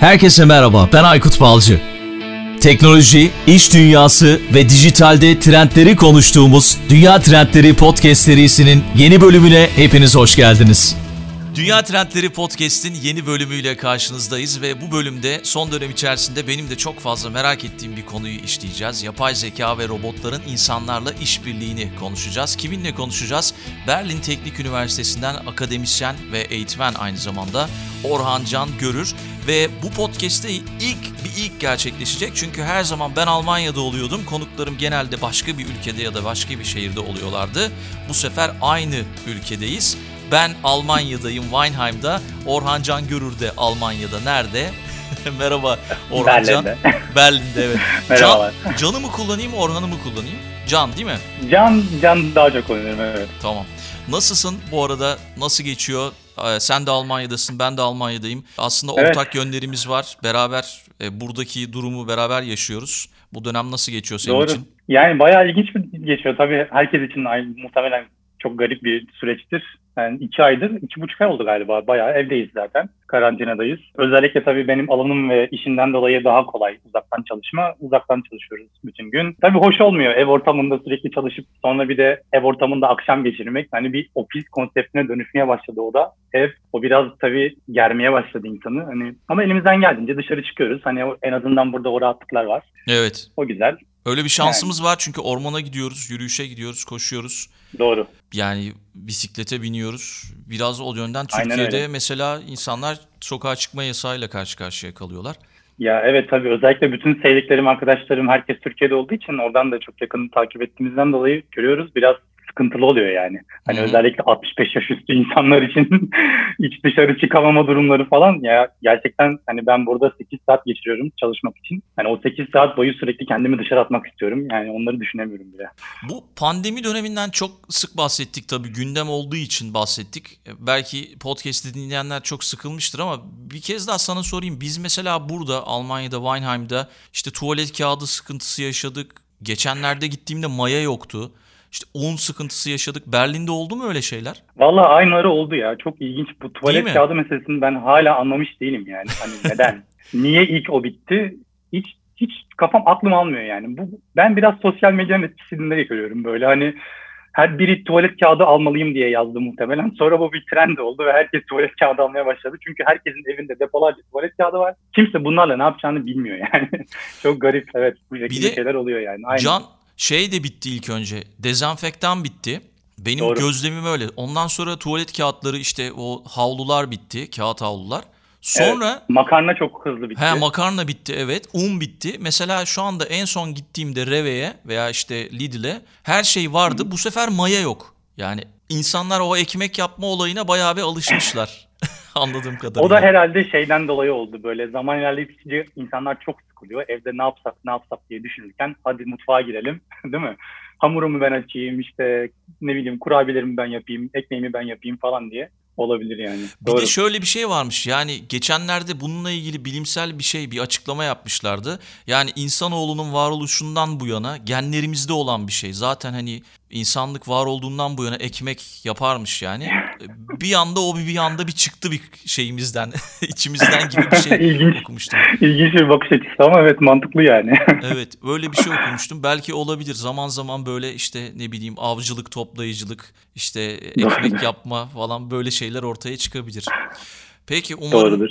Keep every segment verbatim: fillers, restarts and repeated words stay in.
Herkese merhaba, ben Aykut Balcı. Teknoloji, iş dünyası ve dijitalde trendleri konuştuğumuz Dünya Trendleri Podcast serisinin yeni bölümüne hepiniz hoş geldiniz. Dünya Trendleri Podcast'in yeni bölümüyle karşınızdayız ve bu bölümde son dönem içerisinde benim de çok fazla merak ettiğim bir konuyu işleyeceğiz. Yapay zeka ve robotların insanlarla işbirliğini konuşacağız. Kiminle konuşacağız? Berlin Teknik Üniversitesi'nden akademisyen ve eğitmen aynı zamanda Orhan Can Görür. Ve bu podcast'te ilk bir ilk gerçekleşecek. Çünkü her zaman ben Almanya'da oluyordum. Konuklarım genelde başka bir ülkede ya da başka bir şehirde oluyorlardı. Bu sefer aynı ülkedeyiz. Ben Almanya'dayım, Weinheim'da. Orhan Can Görür de Almanya'da. Nerede? Merhaba Orhan Can. Berlin'de. Berlin'de, evet. Merhabalar. Can, Can'ı mı kullanayım, Orhan'ı mı kullanayım? Can değil mi? Can, Can daha çok kullanıyorum, evet. Tamam. Nasılsın bu arada? Nasıl geçiyor? Ee, sen de Almanya'dasın, ben de Almanya'dayım. Aslında Evet. ortak yönlerimiz var. Beraber e, buradaki durumu beraber yaşıyoruz. Bu dönem nasıl geçiyor senin Doğru. için? Yani bayağı ilginç bir geçiyor. Tabii herkes için aynı, muhtemelen çok garip bir süreçtir. Yani iki aydır, iki buçuk ay oldu galiba. Bayağı evdeyiz zaten. Karantinadayız. Özellikle tabii benim alanım ve işimden dolayı daha kolay uzaktan çalışma. Uzaktan çalışıyoruz bütün gün. Tabii hoş olmuyor ev ortamında sürekli çalışıp sonra bir de ev ortamında akşam geçirmek. Hani bir ofis konseptine dönüşmeye başladı o da. Ev, o biraz tabii germeye başladı insanı. Hani ama elimizden geldiğince dışarı çıkıyoruz. Hani en azından burada o rahatlıklar var. Evet. O güzel. Öyle bir şansımız yani var çünkü ormana gidiyoruz, yürüyüşe gidiyoruz, koşuyoruz. Doğru. Yani bisiklete biniyoruz. Biraz o yönden Aynen Türkiye'de öyle. mesela insanlar sokağa çıkma yasağıyla karşı karşıya kalıyorlar. Ya evet, tabii özellikle bütün sevdiklerim, arkadaşlarım, herkes Türkiye'de olduğu için oradan da çok yakın takip ettiğimizden dolayı görüyoruz. Biraz sıkıntılı oluyor yani. Hani Hı-hı. özellikle altmış beş yaş üstü insanlar için hiç dışarı çıkamama durumları falan. Ya gerçekten hani ben burada sekiz saat geçiriyorum çalışmak için. Hani o sekiz saat boyu sürekli kendimi dışarı atmak istiyorum. Yani onları düşünemiyorum bile. Bu pandemi döneminden çok sık bahsettik tabii. Gündem olduğu için bahsettik. Belki podcast'ı dinleyenler çok sıkılmıştır ama bir kez daha sana sorayım. Biz mesela burada Almanya'da, Weinheim'da işte tuvalet kağıdı sıkıntısı yaşadık. Geçenlerde gittiğimde maya yoktu. İşte un sıkıntısı yaşadık. Berlin'de oldu mu öyle şeyler? Vallahi aynı ara oldu ya. Çok ilginç. Bu Değil tuvalet mi? kağıdı meselesini ben hala anlamış değilim yani. Hani neden? Niye ilk o bitti? Hiç hiç kafam aklım almıyor yani. Bu ben biraz sosyal medyanın etkisinde görüyorum böyle. Hani her biri tuvalet kağıdı almalıyım diye yazdı muhtemelen. Sonra bu bir trend oldu ve herkes tuvalet kağıdı almaya başladı. Çünkü herkesin evinde depolarca tuvalet kağıdı var. Kimse bunlarla ne yapacağını bilmiyor yani. Çok garip. Evet, bu şekilde de şeyler oluyor yani. Aynen. Can şey de bitti ilk önce. Dezenfektan bitti. Benim Doğru. gözlemim öyle. Ondan sonra tuvalet kağıtları, işte o havlular bitti. Kağıt havlular. Sonra Evet, makarna çok hızlı bitti. he, makarna bitti, evet. Un bitti. Mesela şu anda en son gittiğimde Reve'ye veya işte Lidl'e her şey vardı. Hı. Bu sefer maya yok. Yani insanlar o ekmek yapma olayına bayağı bir alışmışlar. Anladığım kadarıyla. O da herhalde şeyden dolayı oldu. Böyle zaman ilerledikçe insanlar çok sıkılıyor. Evde ne yapsak ne yapsak diye düşünürken hadi mutfağa girelim, değil mi? Hamurumu ben açayım, işte ne bileyim kurabiyelerimi ben yapayım, ekmeğimi ben yapayım falan diye olabilir yani. Bir Doğru. de şöyle bir şey varmış. Yani geçenlerde bununla ilgili bilimsel bir şey, bir açıklama yapmışlardı. Yani insanoğlunun varoluşundan bu yana genlerimizde olan bir şey. Zaten hani insanlık var olduğundan bu yana ekmek yaparmış yani. Bir anda o bir anda bir çıktı bir şeyimizden, içimizden gibi bir şey İlginç. okumuştum. İlginç bir bakış açısı ama evet, mantıklı yani. Evet, öyle bir şey okumuştum. Belki olabilir. Zaman zaman böyle işte ne bileyim avcılık, toplayıcılık, işte ekmek yapma falan böyle şeyler ortaya çıkabilir. Peki umarım Doğrudur.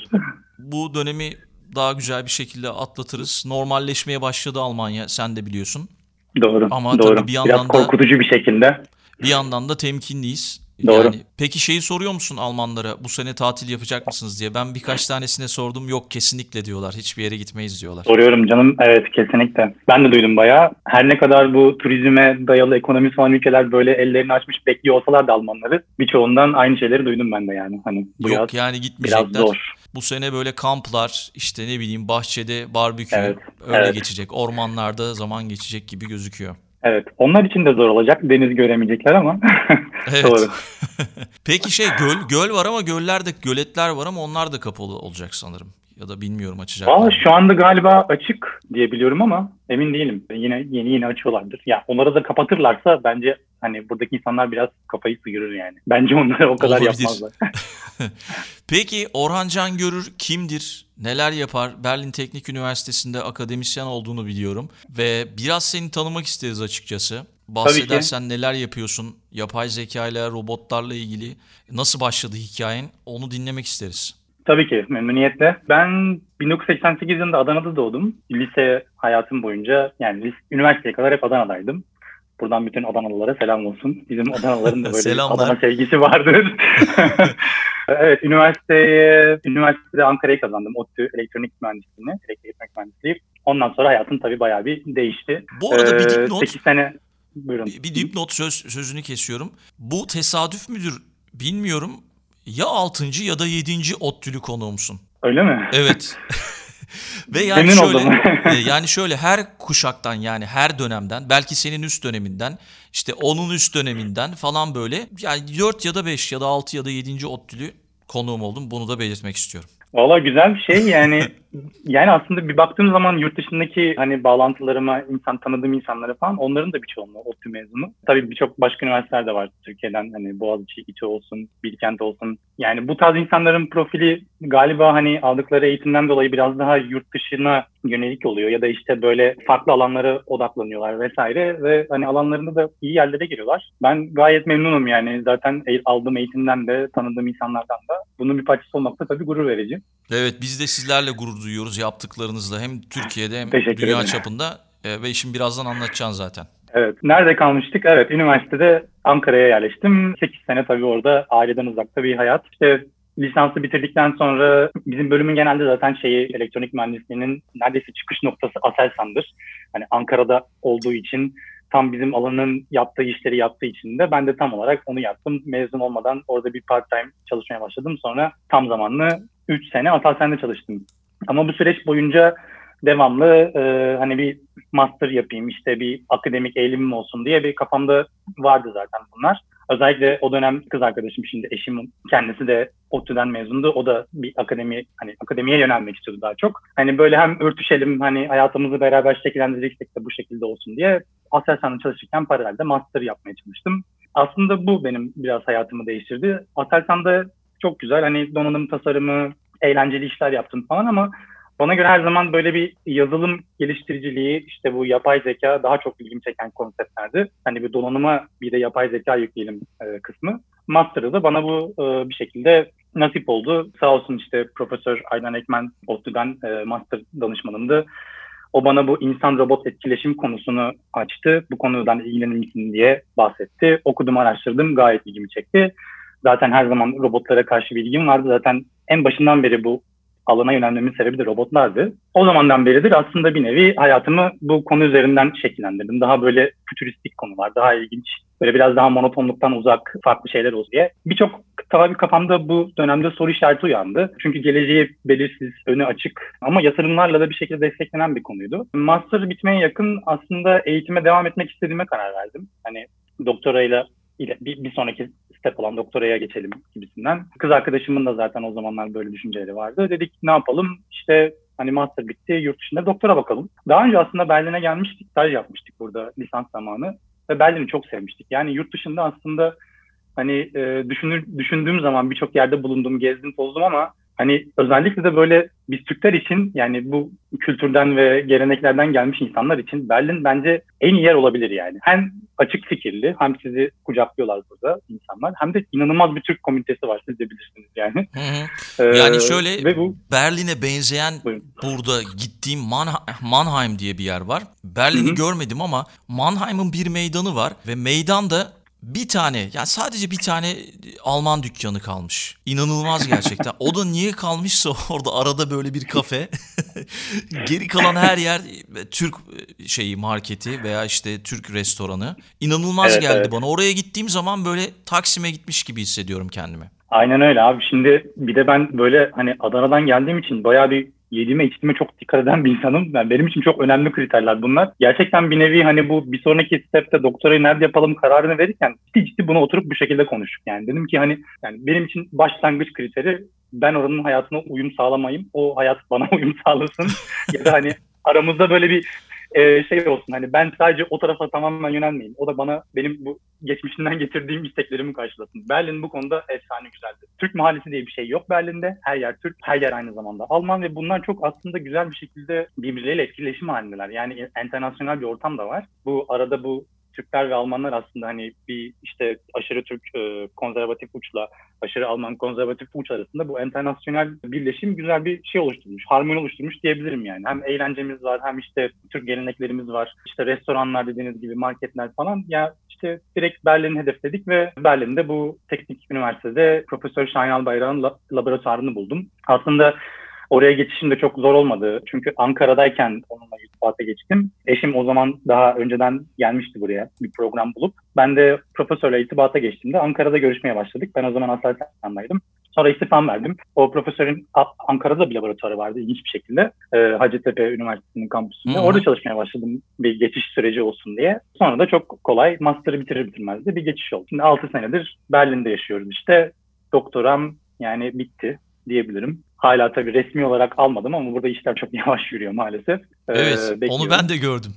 bu dönemi daha güzel bir şekilde atlatırız. Normalleşmeye başladı Almanya, sen de biliyorsun. Doğru. Ama Doğru. tabii bir Biraz yandan da korkutucu bir şekilde. bir yandan da temkinliyiz. Doğru. Yani peki şeyi soruyor musun Almanlara, bu sene tatil yapacak mısınız diye? Ben birkaç tanesine sordum, yok kesinlikle diyorlar. Hiçbir yere gitmeyiz diyorlar. Soruyorum canım. Evet, kesinlikle. Ben de duydum bayağı. Her ne kadar bu turizme dayalı ekonomisi olan ülkeler böyle ellerini açmış bekliyor olsalar da Almanları, birçoğundan aynı şeyleri duydum ben de yani. Hani bu Yok yaz yani biraz gitmeyecekler. zor. Bu sene böyle kamplar, işte ne bileyim bahçede barbekü, Evet, öyle evet. geçecek. Ormanlarda zaman geçecek gibi gözüküyor. Evet. Onlar için de zor olacak. Deniz göremeyecekler ama. Evet. Doğru. Peki şey göl göl var ama göllerde göletler var ama onlar da kapalı olacak sanırım. Ya da bilmiyorum açacaklar Valla mı? şu anda galiba açık diye biliyorum ama emin değilim. Yine yeni yeni açıyorlardır. Ya onları da kapatırlarsa bence hani buradaki insanlar biraz kafayı sıyırır yani. Bence onları o kadar Olabilir. yapmazlar. Peki Orhan Can Görür kimdir? Neler yapar? Berlin Teknik Üniversitesi'nde akademisyen olduğunu biliyorum. Ve biraz seni tanımak isteriz açıkçası. Tabii ki. Bahsedersen neler yapıyorsun? Yapay zeka ile, robotlarla ilgili nasıl başladı hikayen? Onu dinlemek isteriz. Tabii ki memnuniyetle. Ben bin dokuz yüz seksen sekiz yılında Adana'da doğdum. Lise hayatım boyunca yani lise, üniversiteye kadar hep Adana'daydım. Buradan bütün Adanalılara selam olsun. Bizim Adanalıların da böyle bir Adana sevgisi vardır. Evet, üniversiteye, üniversitede Ankara'yı kazandım. ODTÜ Elektronik Mühendisliğini, Elektronik Mühendisliği. Ondan sonra hayatım tabii bayağı bir değişti. Bu arada bir Ee, dipnot, sekiz sene, buyurun. bir, bir dipnot söz, sözünü kesiyorum. Bu tesadüf müdür bilmiyorum. Ya altıncı ya da yedinci ODTÜ'lü konuğumsun. Öyle mi? Evet. Ve yani Memnun şöyle oldum. yani şöyle her kuşaktan yani her dönemden belki senin üst döneminden işte onun üst döneminden falan böyle yani dört ya da beş ya da altı ya da yedinci ODTÜ'lü konuğum oldum. Bunu da belirtmek istiyorum. Valla güzel bir şey yani yani aslında bir baktığım zaman yurt dışındaki hani bağlantılarıma, insan tanıdığım insanlara falan onların da bir çoğunluğu ODTÜ mezunu. Tabii birçok başka üniversiteler de var Türkiye'den hani Boğaziçi, İTÜ olsun, Bilkent olsun. Yani bu tarz insanların profili galiba hani aldıkları eğitimden dolayı biraz daha yurt dışına yönelik oluyor ya da işte böyle farklı alanlara odaklanıyorlar vesaire ve hani alanlarında da iyi yerlere giriyorlar. Ben gayet memnunum yani zaten aldığım eğitimden de tanıdığım insanlardan da bunun bir parçası olmak da tabii gurur verici. Evet biz de sizlerle gurur duyuyoruz yaptıklarınızla hem Türkiye'de hem Teşekkür dünya ederim. çapında e, ve işin birazdan anlatacaksın zaten. Evet. Nerede kalmıştık? Evet. Üniversitede Ankara'ya yerleştim. sekiz sene tabii orada aileden uzakta bir hayat. İşte lisansı bitirdikten sonra bizim bölümün genelde zaten şeyi elektronik mühendisliğinin neredeyse çıkış noktası Aselsan'dır. Hani Ankara'da olduğu için tam bizim alanın yaptığı işleri yaptığı için de ben de tam olarak onu yaptım. Mezun olmadan orada bir part-time çalışmaya başladım. Sonra tam zamanlı üç sene Aselsan'da çalıştım. Ama bu süreç boyunca devamlı e, hani bir master yapayım işte bir akademik eğilimim olsun diye bir kafamda vardı zaten bunlar. Özellikle o dönem kız arkadaşım şimdi eşim kendisi de ODTÜ'den mezundu. O da bir akademi hani akademiye yönelmek istiyordu daha çok. Hani böyle hem örtüşelim hani hayatımızı beraber şekillendireceksek de bu şekilde olsun diye Aselsan'da çalışırken paralelde master yapmaya çalıştım. Aslında bu benim biraz hayatımı değiştirdi. Aselsan'da çok güzel hani donanım tasarımı, eğlenceli işler yaptım falan ama bana göre her zaman böyle bir yazılım geliştiriciliği, işte bu yapay zeka daha çok ilgimi çeken konseptlerdi. Hani bir donanıma bir de yapay zeka yükleyelim e, kısmı. Master'da da bana bu e, bir şekilde nasip oldu. Sağ olsun işte Profesör Aydan Ekmen ODTÜ'den e, master danışmanımdı. O bana bu insan-robot etkileşim konusunu açtı. Bu konudan ilgilenir misin diye bahsetti. Okudum, araştırdım. Gayet ilgimi çekti. Zaten her zaman robotlara karşı bir ilgim vardı. Zaten en başından beri bu alana yönelmemin sebebi de robotlardı. O zamandan beridir aslında bir nevi hayatımı bu konu üzerinden şekillendirdim. Daha böyle fütüristik konular, daha ilginç, böyle biraz daha monotonluktan uzak farklı şeyler olsun diye. Birçok tabii kafamda bu dönemde soru işareti uyandı. Çünkü geleceği belirsiz, önü açık ama yatırımlarla da bir şekilde desteklenen bir konuydu. Master bitmeye yakın aslında eğitime devam etmek istediğime karar verdim. Hani doktorayla ile bir, bir sonraki step olan doktoraya geçelim gibisinden. Kız arkadaşımın da zaten o zamanlar böyle düşünceleri vardı. Dedik ne yapalım? İşte hani master bitti, yurt dışında doktora bakalım. Daha önce aslında Berlin'e gelmiştik, staj yapmıştık burada lisans zamanı. Ve Berlin'i çok sevmiştik. Yani yurt dışında aslında hani e, düşünür, düşündüğüm zaman birçok yerde bulundum, gezdim, tozdum ama hani özellikle de böyle biz Türkler için yani bu kültürden ve geleneklerden gelmiş insanlar için Berlin bence en iyi yer olabilir yani. Hem açık fikirli hem sizi kucaklıyorlar burada insanlar hem de inanılmaz bir Türk komünitesi var siz de bilirsiniz yani. Hı hı. Yani şöyle ee, ve bu... Berlin'e benzeyen Buyurun. Burada gittiğim Man- Mannheim diye bir yer var. Berlin'i Hı-hı. görmedim ama Mannheim'ın bir meydanı var ve meydanda bir tane yani sadece bir tane Alman dükkanı kalmış. İnanılmaz gerçekten. O da niye kalmışsa orada arada böyle bir kafe. Geri kalan her yer Türk şeyi marketi veya işte Türk restoranı. İnanılmaz evet, geldi evet. bana. Oraya gittiğim zaman böyle Taksim'e gitmiş gibi hissediyorum kendimi. Aynen öyle abi. Şimdi bir de ben böyle hani Adana'dan geldiğim için bayağı bir yediğime içtiğime çok dikkat eden bir insanım. Yani benim için çok önemli kriterler bunlar. Gerçekten bir nevi hani bu bir sonraki stepte doktorayı nerede yapalım kararını verirken ciddi ciddi buna oturup bu şekilde konuştuk. Yani dedim ki hani yani benim için başlangıç kriteri ben oranın hayatına uyum sağlamayayım. O hayat bana uyum sağlasın. Ya da hani aramızda böyle bir e, şey olsun. Hani ben sadece o tarafa tamamen yönelmeyeyim. O da bana benim bu geçmişinden getirdiğim isteklerimi karşılasın. Berlin bu konuda efsane güzeldi. Türk mahallesi diye bir şey yok Berlin'de. Her yer Türk, her yer aynı zamanda Alman ve bunlar çok aslında güzel bir şekilde birbirleriyle etkileşim halindeler. Yani internasyonel bir ortam da var. Bu arada bu Türkler ve Almanlar aslında hani bir işte aşırı Türk e, konservatif uçla aşırı Alman konservatif uç arasında bu internasyonel birleşim güzel bir şey oluşturmuş. Harmoni oluşturmuş diyebilirim yani. Hem eğlencemiz var, hem işte Türk geleneklerimiz var. İşte restoranlar dediğiniz gibi, marketler falan. Ya işte direkt Berlin'i hedefledik ve Berlin'de bu teknik üniversitede Profesör Şahin Albayrak'ın la- laboratuvarını buldum. Aslında oraya geçişim de çok zor olmadı. Çünkü Ankara'dayken onunla irtibata geçtim. Eşim o zaman daha önceden gelmişti buraya bir program bulup. Ben de profesörle irtibata geçtiğimde Ankara'da görüşmeye başladık. Ben o zaman Aselsan'daydım. Sonra istifam verdim. O profesörün Ankara'da bir laboratuvarı vardı ilginç bir şekilde. Ee, Hacettepe Üniversitesi'nin kampüsünde. Hı-hı. Orada çalışmaya başladım bir geçiş süreci olsun diye. Sonra da çok kolay master'ı bitirir bitirmez de bir geçiş oldu. Şimdi altı senedir Berlin'de yaşıyoruz işte. Doktoram yani bitti diyebilirim. Hala tabii resmi olarak almadım ama burada işler çok yavaş yürüyor maalesef. Ee, Evet, bekliyorum. onu ben de gördüm.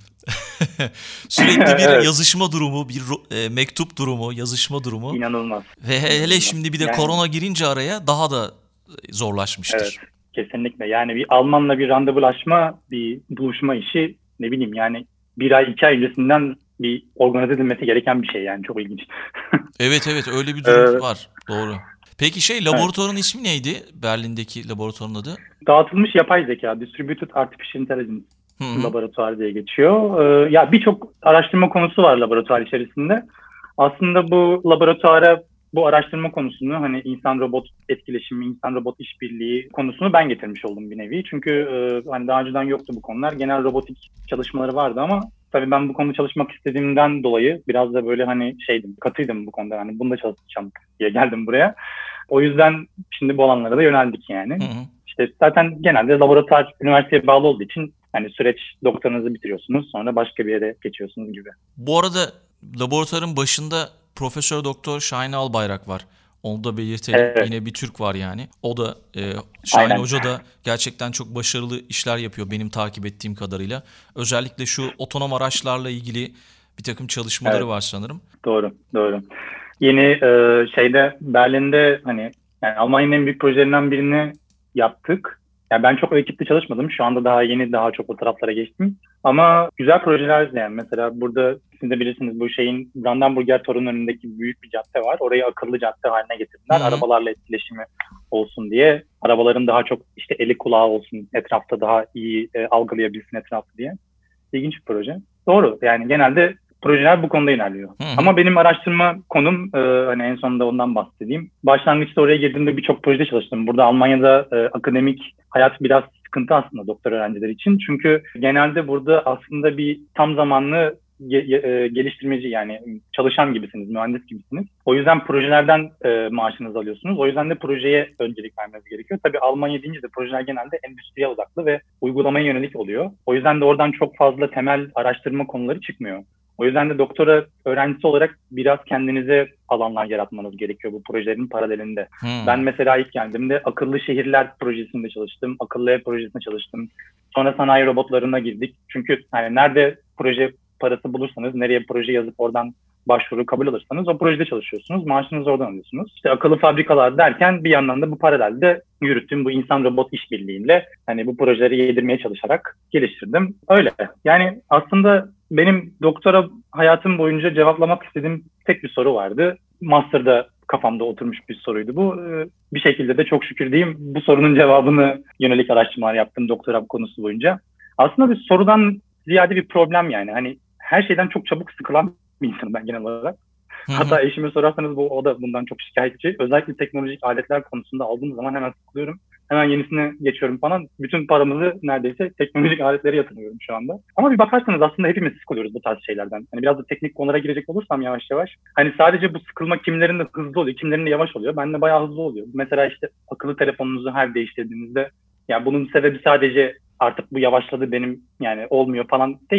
Sürekli bir evet. yazışma durumu, bir e, mektup durumu, yazışma durumu. İnanılmaz. Ve hele İnanılmaz. şimdi bir de yani, korona girince araya daha da zorlaşmıştır. Evet, kesinlikle. Yani bir Almanla bir randevulaşma, bir buluşma işi ne bileyim yani bir ay, iki ay öncesinden bir organize edilmesi gereken bir şey yani çok ilginç. Evet evet öyle bir durum Ee, var. Doğru. Peki şey laboratuvarın evet. ismi neydi? Berlin'deki laboratuvarın adı? Dağıtılmış yapay zeka, Distributed Artificial Intelligence Hı-hı. laboratuvar diye geçiyor. Ee, ya birçok araştırma konusu var laboratuvar içerisinde. Aslında bu laboratuvara bu araştırma konusunu hani insan robot etkileşimi, insan robot işbirliği konusunu ben getirmiş oldum bir nevi. Çünkü e, hani daha önceden yoktu bu konular. Genel robotik çalışmaları vardı ama tabii ben bu konuda çalışmak istediğimden dolayı biraz da böyle hani şeydim, katıydım bu konuda. Hani bunda çalışacağım diye geldim buraya. O yüzden şimdi bu alanlara da yöneldik yani. Hı hı. İşte zaten genelde laboratuvar üniversiteye bağlı olduğu için hani süreç doktorunuzu bitiriyorsunuz sonra başka bir yere geçiyorsunuz gibi. Bu arada laboratuvarın başında Profesör Doktor Şahin Albayrak var. Onu da belirtelim. Evet. Yine bir Türk var yani. O da e, Şahin Aynen. Hoca da gerçekten çok başarılı işler yapıyor benim takip ettiğim kadarıyla. Özellikle şu otonom araçlarla ilgili bir takım çalışmaları evet. var sanırım. Doğru, doğru. Yeni e, şeyde Berlin'de hani yani Almanya'nın en büyük projelerinden birini yaptık. Yani ben çok o ekiple çalışmadım. Şu anda daha yeni daha çok o taraflara geçtim. Ama güzel projeler yani mesela burada siz de bilirsiniz bu şeyin Brandenburger Tor'un önündeki büyük bir cadde var. Orayı akıllı cadde haline getirdiler. Hı-hı. Arabalarla etkileşimi olsun diye. Arabaların daha çok işte eli kulağı olsun, etrafta daha iyi e, algılayabilsin etrafı diye. İlginç bir proje. Doğru yani genelde projeler bu konuda ilerliyor. Hı hı. Ama benim araştırma konum e, hani en sonunda ondan bahsedeyim. Başlangıçta oraya girdiğimde birçok projede çalıştım. Burada Almanya'da e, akademik hayat biraz sıkıntı aslında doktor öğrenciler için. Çünkü genelde burada aslında bir tam zamanlı ge- e, geliştirmeci yani çalışan gibisiniz, mühendis gibisiniz. O yüzden projelerden e, maaşınızı alıyorsunuz. O yüzden de projeye öncelik vermeniz gerekiyor. Tabii Almanya deyince de projeler genelde endüstriyel odaklı ve uygulamaya yönelik oluyor. O yüzden de oradan çok fazla temel araştırma konuları çıkmıyor. O yüzden de doktora öğrencisi olarak biraz kendinize alanlar yaratmanız gerekiyor bu projelerin paralelinde. Hmm. Ben mesela ilk geldiğimde akıllı şehirler projesinde çalıştım, akıllı ev projesinde çalıştım. Sonra sanayi robotlarına girdik. Çünkü yani nerede proje parası bulursanız, nereye proje yazıp oradan başvuru kabul alırsanız o projede çalışıyorsunuz. Maaşınızı oradan alıyorsunuz. İşte akıllı fabrikalar derken bir yandan da bu paralelde yürüttüğüm bu insan robot işbirliğiyle hani bu projeleri yedirmeye çalışarak geliştirdim. Öyle. Yani aslında benim doktora hayatım boyunca cevaplamak istediğim tek bir soru vardı. Master'da kafamda oturmuş bir soruydu bu. Bir şekilde de çok şükür diyeyim bu sorunun cevabını yönelik araştırmalar yaptım doktora konusu boyunca. Aslında bir sorudan ziyade bir problem yani. Hani her şeyden çok çabuk sıkılan bir insanım ben genel olarak. Hı hı. Hatta eşime sorarsanız bu, o da bundan çok şikayetçi. Özellikle teknolojik aletler konusunda aldığım zaman hemen sıkılıyorum. Hemen yenisine geçiyorum falan. Bütün paramızı neredeyse teknolojik aletlere yatırıyorum şu anda. Ama bir bakarsanız aslında hepimiz sıkılıyoruz bu tarz şeylerden. Hani biraz da teknik konulara girecek olursam yavaş yavaş. Hani sadece bu sıkılma kimlerinde hızlı oluyor, kimlerinde yavaş oluyor. Bende bayağı hızlı oluyor. Mesela işte akıllı telefonunuzu her değiştirdiğinizde yani bunun sebebi sadece artık bu yavaşladı benim yani olmuyor falan değil.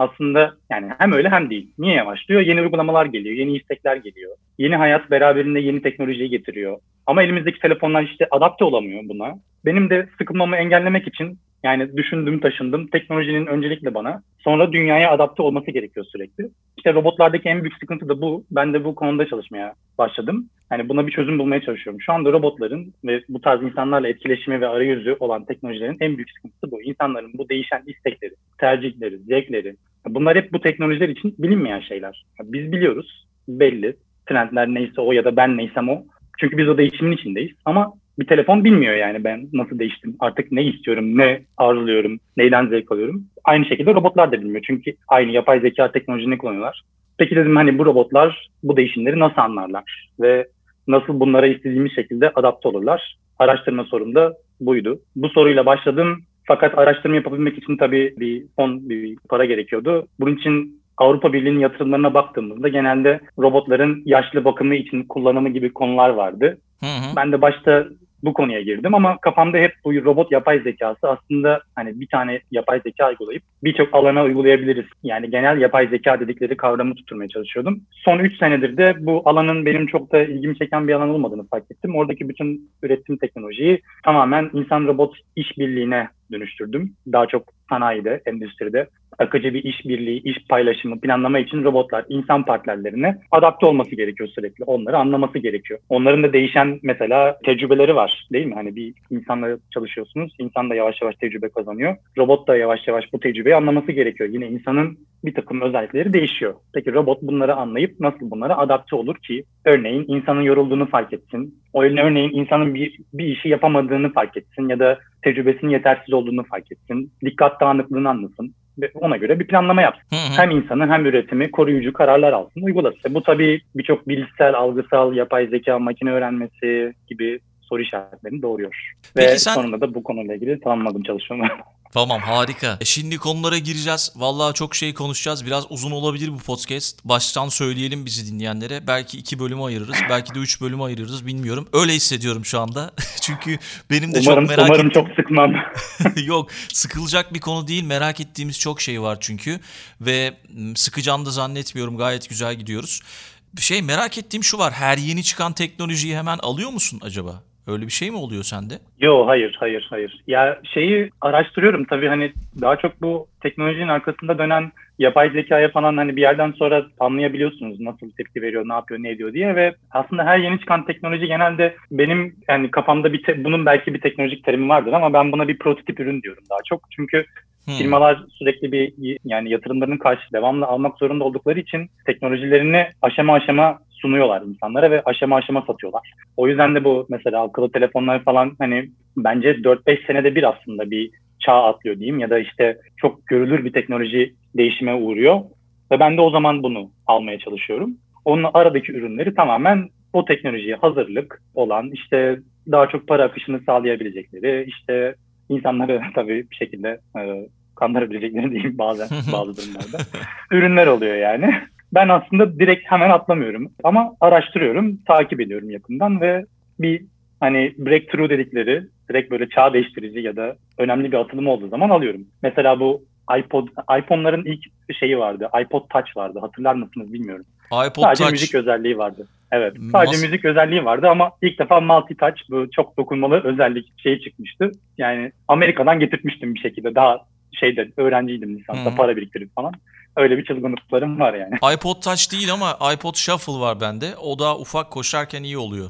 aslında yani hem öyle hem değil. Niye yavaşlıyor? Yeni uygulamalar geliyor, yeni istekler geliyor. Yeni hayat beraberinde yeni teknolojiyi getiriyor. Ama elimizdeki telefonlar işte adapte olamıyor buna. Benim de sıkılmamı engellemek için yani düşündüm, taşındım. Teknolojinin öncelikle bana, sonra dünyaya adapte olması gerekiyor sürekli. İşte robotlardaki en büyük sıkıntı da bu. Ben de bu konuda çalışmaya başladım. Yani buna bir çözüm bulmaya çalışıyorum. Şu anda robotların ve bu tarz insanlarla etkileşimi ve arayüzü olan teknolojilerin en büyük sıkıntısı bu. İnsanların bu değişen istekleri, tercihleri, zevkleri. Bunlar hep bu teknolojiler için bilinmeyen şeyler. Biz biliyoruz, belli. Trendler neyse o ya da ben neysem o. Çünkü biz o değişimin içindeyiz. Ama bir telefon bilmiyor yani ben nasıl değiştim. Artık ne istiyorum, ne arzuluyorum, neyden zevk alıyorum. Aynı şekilde robotlar da bilmiyor. Çünkü aynı yapay zeka teknolojisini kullanıyorlar. Peki dedim hani bu robotlar bu değişimleri nasıl anlarlar? Ve nasıl bunlara istediğimiz şekilde adapte olurlar? Araştırma sorum da buydu. Bu soruyla başladım. Fakat araştırma yapabilmek için tabii bir fon, bir para gerekiyordu. Bunun için Avrupa Birliği'nin yatırımlarına baktığımızda genelde robotların yaşlı bakımı için kullanımı gibi konular vardı. Hı hı. Ben de başta bu konuya girdim ama kafamda hep bu robot yapay zekası aslında hani bir tane yapay zeka uygulayıp birçok alana uygulayabiliriz. Yani genel yapay zeka dedikleri kavramı tutturmaya çalışıyordum. Son üç senedir de bu alanın benim çok da ilgimi çeken bir alan olmadığını fark ettim. Oradaki bütün üretim teknolojiyi tamamen insan-robot işbirliğine dönüştürdüm. Daha çok sanayide, endüstride akıcı bir işbirliği, iş paylaşımı, planlama için robotlar insan partnerlerine adapte olması gerekiyor sürekli. Onları anlaması gerekiyor. Onların da değişen mesela tecrübeleri var değil mi? Hani bir insanla çalışıyorsunuz, insan da yavaş yavaş tecrübe kazanıyor. Robot da yavaş yavaş bu tecrübeyi anlaması gerekiyor. Yine insanın bir takım özellikleri değişiyor. Peki robot bunları anlayıp nasıl bunlara adapte olur ki? Örneğin insanın yorulduğunu fark etsin. O örneğin insanın bir, bir işi yapamadığını fark etsin ya da tecrübesinin yetersiz olduğunu fark etsin. Dikkat dağınıklığını anlasın. Ve ona göre bir planlama yapsın. Hı hı. Hem insanı hem üretimi koruyucu kararlar alsın, uygulasın. Bu tabii birçok bilişsel, algısal, yapay zeka, makine öğrenmesi gibi soru işaretlerini doğuruyor. Peki Ve sen... sonunda da bu konuyla ilgili tamamladım çalışmamı. Tamam, harika. E şimdi konulara gireceğiz. Vallahi çok şey konuşacağız. Biraz uzun olabilir bu podcast. Baştan söyleyelim bizi dinleyenlere. Belki iki bölüme ayırırız. Belki de üç bölüme ayırırız. Bilmiyorum. Öyle hissediyorum şu anda. Çünkü benim de umarım, çok merak umarım ettiğim... çok sıkmam. Yok, sıkılacak bir konu değil. Merak ettiğimiz çok şey var çünkü. Ve sıkacağını da zannetmiyorum. Gayet güzel gidiyoruz. Bir şey merak ettiğim şu var. Her yeni çıkan teknolojiyi hemen alıyor musun acaba? Öyle bir şey mi oluyor sende? Yok, hayır, hayır, hayır. Ya şeyi araştırıyorum tabii hani daha çok bu teknolojinin arkasında dönen yapay zekaya falan hani bir yerden sonra anlayabiliyorsunuz nasıl tepki veriyor, ne yapıyor, ne ediyor diye ve aslında her yeni çıkan teknoloji genelde benim yani kafamda bir te- bunun belki bir teknolojik terimi vardır ama ben buna bir prototip ürün diyorum daha çok. Çünkü Hmm. firmalar sürekli bir yani yatırımlarının karşı devamlı almak zorunda oldukları için teknolojilerini aşama aşama sunuyorlar insanlara ve aşama aşama satıyorlar. O yüzden de bu mesela akıllı telefonlar falan hani bence dört beş senede bir aslında bir çağ atlıyor diyeyim ya da işte çok görülür bir teknoloji değişime uğruyor ve ben de o zaman bunu almaya çalışıyorum. Onun aradaki ürünleri tamamen o teknolojiye hazırlık olan işte daha çok para akışını sağlayabilecekleri işte insanları tabii bir şekilde e, kandırabilecekleri diyeyim bazen bazı durumlarda ürünler oluyor yani. Ben aslında direkt hemen atlamıyorum ama araştırıyorum, takip ediyorum yakından ve bir hani breakthrough dedikleri direkt böyle çağ değiştirici ya da önemli bir atılım olduğu zaman alıyorum. Mesela bu iPod, iPhone'ların ilk şeyi vardı, iPod Touch vardı. Hatırlar mısınız bilmiyorum. iPod sadece Touch. Müzik özelliği vardı. Evet, sadece Mas- müzik özelliği vardı ama ilk defa multi touch, bu çok dokunmalı özellik şeyi çıkmıştı. Yani Amerika'dan getirtmiştim bir şekilde. Daha şeyde öğrenciydim lisansta, hmm. para biriktirip falan. Öyle bir çılgınlıklarım var yani. iPod Touch değil ama iPod Shuffle var bende. O da ufak koşarken iyi oluyor.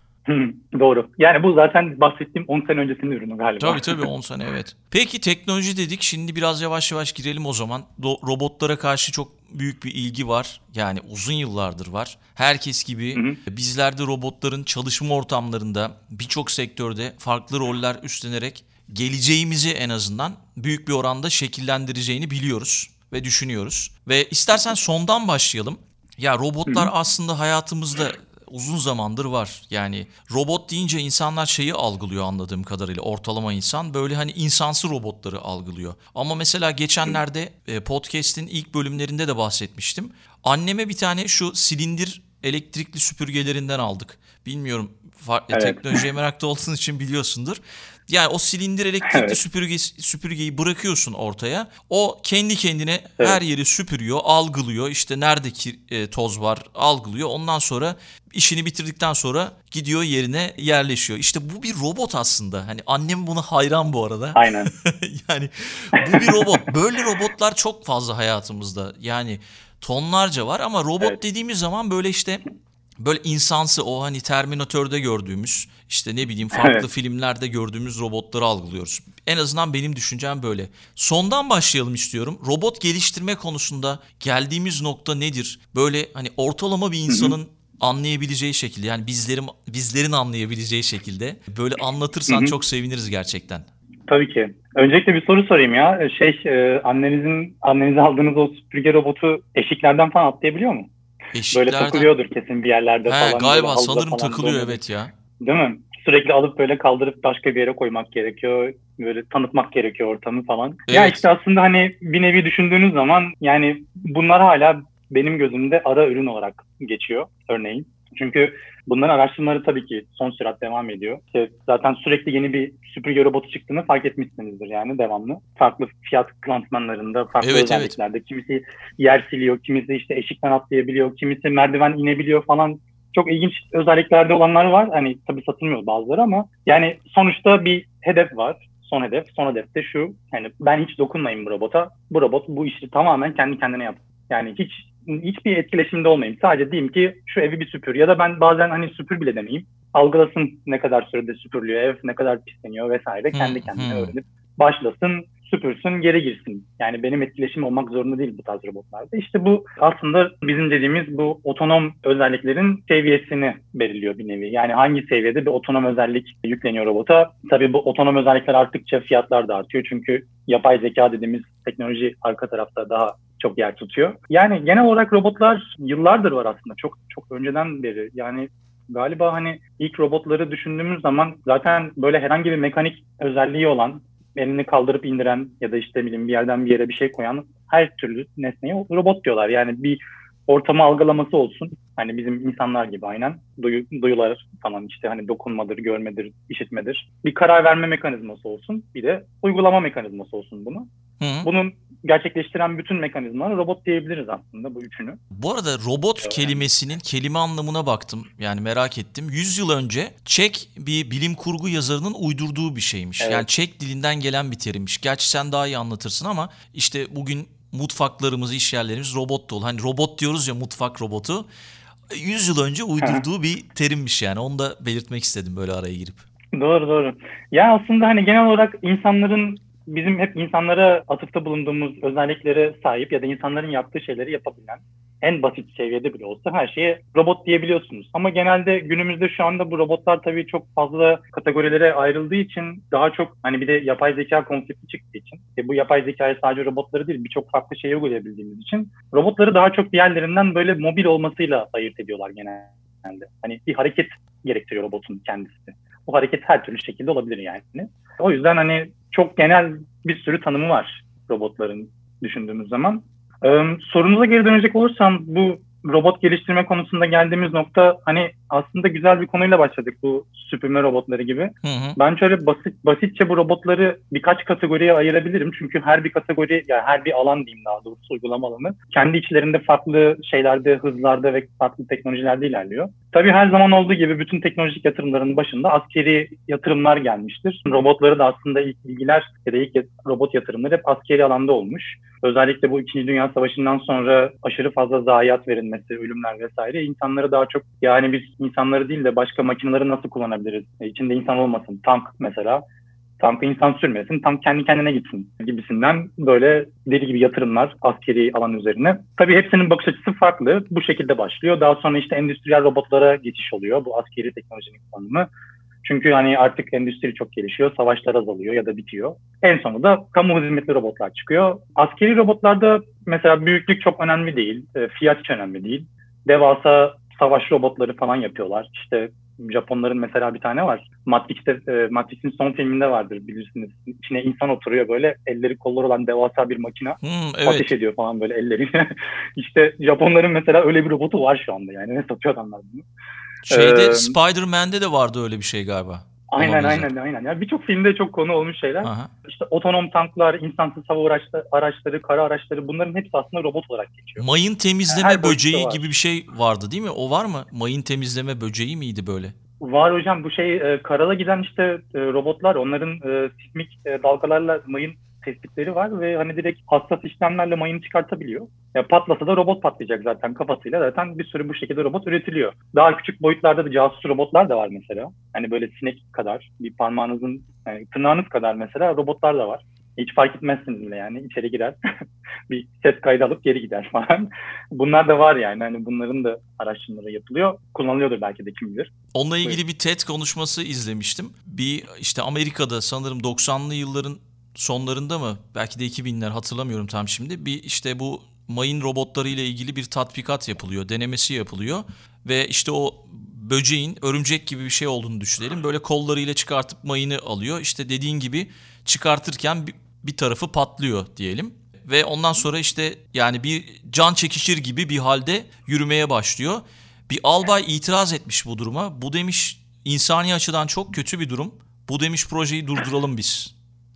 Doğru. Yani bu zaten bahsettiğim on sene öncesinin ürünü galiba. Tabii tabii on sene evet. Peki teknoloji dedik. Şimdi biraz yavaş yavaş girelim o zaman. Do- robotlara karşı çok büyük bir ilgi var. Yani uzun yıllardır var. Herkes gibi hı hı. bizler de robotların çalışma ortamlarında birçok sektörde farklı roller üstlenerek geleceğimizi en azından büyük bir oranda şekillendireceğini biliyoruz ve düşünüyoruz. Ve istersen sondan başlayalım. Ya robotlar hı hı. aslında hayatımızda uzun zamandır var. Yani robot deyince insanlar şeyi algılıyor anladığım kadarıyla. Ortalama insan böyle hani insansı robotları algılıyor. Ama mesela geçenlerde podcast'in ilk bölümlerinde de bahsetmiştim. Anneme bir tane şu silindir elektrikli süpürgelerinden aldık. Bilmiyorum, evet. teknolojiye meraklı olduğun için biliyorsundur. Yani o silindir elektrikli Evet. süpürge, süpürgeyi bırakıyorsun ortaya. O kendi kendine Evet. her yeri süpürüyor, algılıyor. İşte neredeki e, toz var algılıyor. Ondan sonra işini bitirdikten sonra gidiyor yerine yerleşiyor. İşte bu bir robot aslında. Hani annem buna hayran bu arada. Aynen. Yani bu bir robot. Böyle robotlar çok fazla hayatımızda. Yani tonlarca var ama robot Evet. dediğimiz zaman böyle işte böyle insansı, o hani Terminator'da gördüğümüz, işte ne bileyim farklı Evet. filmlerde gördüğümüz robotları algılıyoruz. En azından benim düşüncem böyle. Sondan başlayalım istiyorum. Robot geliştirme konusunda geldiğimiz nokta nedir? Böyle hani ortalama bir insanın anlayabileceği şekilde, yani bizlerin bizlerin anlayabileceği şekilde böyle anlatırsan Hı hı. çok seviniriz gerçekten. Tabii ki. Öncelikle bir soru sorayım ya. Şey, e, annenizin annenize aldığınız o süpürge robotu eşiklerden falan atlayabiliyor mu? Böyle Eşiklerden. takılıyordur kesin bir yerlerde He, falan, böyle galiba halıda sanırım falan takılıyor, dönüyordur. evet ya. Değil mi? Sürekli alıp böyle kaldırıp başka bir yere koymak gerekiyor. Böyle tanıtmak gerekiyor ortamı falan. Ya Evet. işte aslında hani bir nevi düşündüğünüz zaman yani bunlar hala benim gözümde ara ürün olarak geçiyor örneğin. Çünkü bunların araştırmaları tabii ki son sürat devam ediyor. İşte zaten sürekli yeni bir süpürge robotu çıktığını fark etmişsinizdir yani devamlı. Farklı fiyat klansmanlarında, farklı Evet, evet. özelliklerde. Kimisi yer siliyor, kimisi işte eşikten atlayabiliyor, kimisi merdiven inebiliyor falan. Çok ilginç özelliklerde olanlar var. Hani tabii satılmıyor bazıları ama yani sonuçta bir hedef var. Son hedef. Son hedef de şu. Yani ben hiç dokunmayayım bu robota. Bu robot bu işi tamamen kendi kendine yapsın. Yani hiç hiçbir etkileşimde olmayayım. Sadece diyeyim ki şu evi bir süpür. Ya da ben bazen hani süpür bile demeyeyim. Algılasın ne kadar sürede süpürülüyor ev, ne kadar pisleniyor vesaire. Hı Kendi kendine hı. öğrenip başlasın, süpürsün, geri girsin. Yani benim etkileşim olmak zorunda değil bu tarz robotlarda. İşte bu aslında bizim dediğimiz bu otonom özelliklerin seviyesini belirliyor bir nevi. Yani hangi seviyede bir otonom özellik yükleniyor robota. Tabii bu otonom özellikler arttıkça fiyatlar da artıyor. Çünkü yapay zeka dediğimiz teknoloji arka tarafta daha çok yer tutuyor. Yani genel olarak robotlar yıllardır var aslında. Çok çok önceden beri. Yani galiba hani ilk robotları düşündüğümüz zaman zaten böyle herhangi bir mekanik özelliği olan, elini kaldırıp indiren ya da işte bileyim bir yerden bir yere bir şey koyan her türlü nesneye robot diyorlar. Yani bir ortamı algılaması olsun. Hani bizim insanlar gibi aynen. Duyu, duyular falan işte hani dokunmadır, görmedir, işitmedir. Bir karar verme mekanizması olsun. Bir de uygulama mekanizması olsun bunu. Hı hı. Bunun gerçekleştiren bütün mekanizmaları robot diyebiliriz aslında bu üçünü. Bu arada robot Evet. kelimesinin kelime anlamına baktım. Yani merak ettim. yüz yıl önce Çek bir bilim kurgu yazarının uydurduğu bir şeymiş. Evet. Yani Çek dilinden gelen bir terimmiş. Gerçi sen daha iyi anlatırsın ama işte bugün mutfaklarımız, iş yerlerimiz robot dolu. Hani robot diyoruz ya, mutfak robotu. yüz yıl önce uydurduğu bir terimmiş yani. Onu da belirtmek istedim böyle araya girip. Doğru doğru. Ya aslında hani genel olarak insanların bizim hep insanlara atıfta bulunduğumuz özelliklere sahip ya da insanların yaptığı şeyleri yapabilen en basit seviyede bile olsa her şeye robot diyebiliyorsunuz. Ama genelde günümüzde şu anda bu robotlar tabii çok fazla kategorilere ayrıldığı için daha çok hani bir de yapay zeka konsepti çıktığı için ve bu yapay zekayı sadece robotları değil birçok farklı şeye uygulayabildiğimiz için robotları daha çok diğerlerinden böyle mobil olmasıyla ayırt ediyorlar genelde. Hani bir hareket gerektiriyor robotun kendisi. Bu hareket her türlü şekilde olabilir yani. O yüzden hani çok genel bir sürü tanımı var robotların düşündüğümüz zaman. Ee, sorunuza geri dönecek olursam bu robot geliştirme konusunda geldiğimiz nokta hani aslında güzel bir konuyla başladık bu süpürme robotları gibi. Hı hı. Ben şöyle basit basitçe bu robotları birkaç kategoriye ayırabilirim. Çünkü her bir kategori yani her bir alan diyeyim daha doğrusu uygulama alanı kendi içlerinde farklı şeylerde, hızlarda ve farklı teknolojilerde ilerliyor. Tabii her zaman olduğu gibi bütün teknolojik yatırımların başında askeri yatırımlar gelmiştir. Robotları da aslında ilk bilgiler ya da ilk robot yatırımları hep askeri alanda olmuş. Özellikle bu İkinci Dünya Savaşı'ndan sonra aşırı fazla zayiat verilmesi, ölümler vesaire insanları daha çok yani biz insanları değil de başka makineleri nasıl kullanabiliriz? E, içinde insan olmasın. Tank mesela. Tankı insan sürmesin, tank kendi kendine gitsin gibisinden böyle deli gibi yatırımlar askeri alan üzerine. Tabii hepsinin bakış açısı farklı. Bu şekilde başlıyor. Daha sonra işte endüstriyel robotlara geçiş oluyor. Bu askeri teknolojinin kullanımı. Çünkü hani artık endüstri çok gelişiyor, savaşlar azalıyor ya da bitiyor. En sonunda kamu hizmetli robotlar çıkıyor. Askeri robotlarda mesela büyüklük çok önemli değil, fiyat hiç önemli değil. Devasa savaş robotları falan yapıyorlar. İşte Japonların mesela bir tane var. Matrix'te, e, Matrix'in son filminde vardır bilirsiniz. İçine insan oturuyor böyle elleri kolları olan devasa bir makine. Hmm, evet. Ateş ediyor falan böyle elleriyle. İşte Japonların mesela öyle bir robotu var şu anda yani. Ne satıyor adamlar bunu? Şeyde Ee, Spider-Man'de de vardı öyle bir şey galiba. Aynen Ona benzer. aynen aynen. Yani birçok filmde çok konu olmuş şeyler. Aha. İşte otonom tanklar, insansız hava araçları, araçları, kara araçları bunların hepsi aslında robot olarak geçiyor. Mayın Yani temizleme her boyutta böceği var. gibi bir şey vardı değil mi? O var mı? Mayın temizleme böceği miydi böyle? Var hocam bu şey e, karala giden işte e, robotlar onların e, sismik e, dalgalarla mayın tespitleri var ve hani direkt hassas işlemlerle mayını çıkartabiliyor. Ya patlasa da robot patlayacak zaten kafasıyla zaten bir sürü bu şekilde robot üretiliyor. Daha küçük boyutlarda da casus robotlar da var mesela. Hani böyle sinek kadar bir parmağınızın yani tırnağınız kadar mesela robotlar da var. Hiç fark etmezsiniz bile yani içeri girer. Bir ses kaydı alıp geri gider falan. Bunlar da var yani. Hani bunların da araştırmaları yapılıyor. Kullanılıyordur belki de kim bilir. Onunla ilgili Buyurun. bir TED konuşması izlemiştim. Bir işte Amerika'da sanırım doksanlı yılların sonlarında mı? Belki de iki binler hatırlamıyorum tam şimdi. Bir işte bu mayın robotları ile ilgili bir tatbikat yapılıyor, denemesi yapılıyor ve işte o böceğin örümcek gibi bir şey olduğunu düşünelim. Böyle kollarıyla çıkartıp mayını alıyor. İşte dediğin gibi çıkartırken bir, bir tarafı patlıyor diyelim. Ve ondan sonra işte yani bir can çekişir gibi bir halde yürümeye başlıyor. Bir albay itiraz etmiş bu duruma. Bu demiş insani açıdan çok kötü bir durum. Bu demiş projeyi durduralım biz.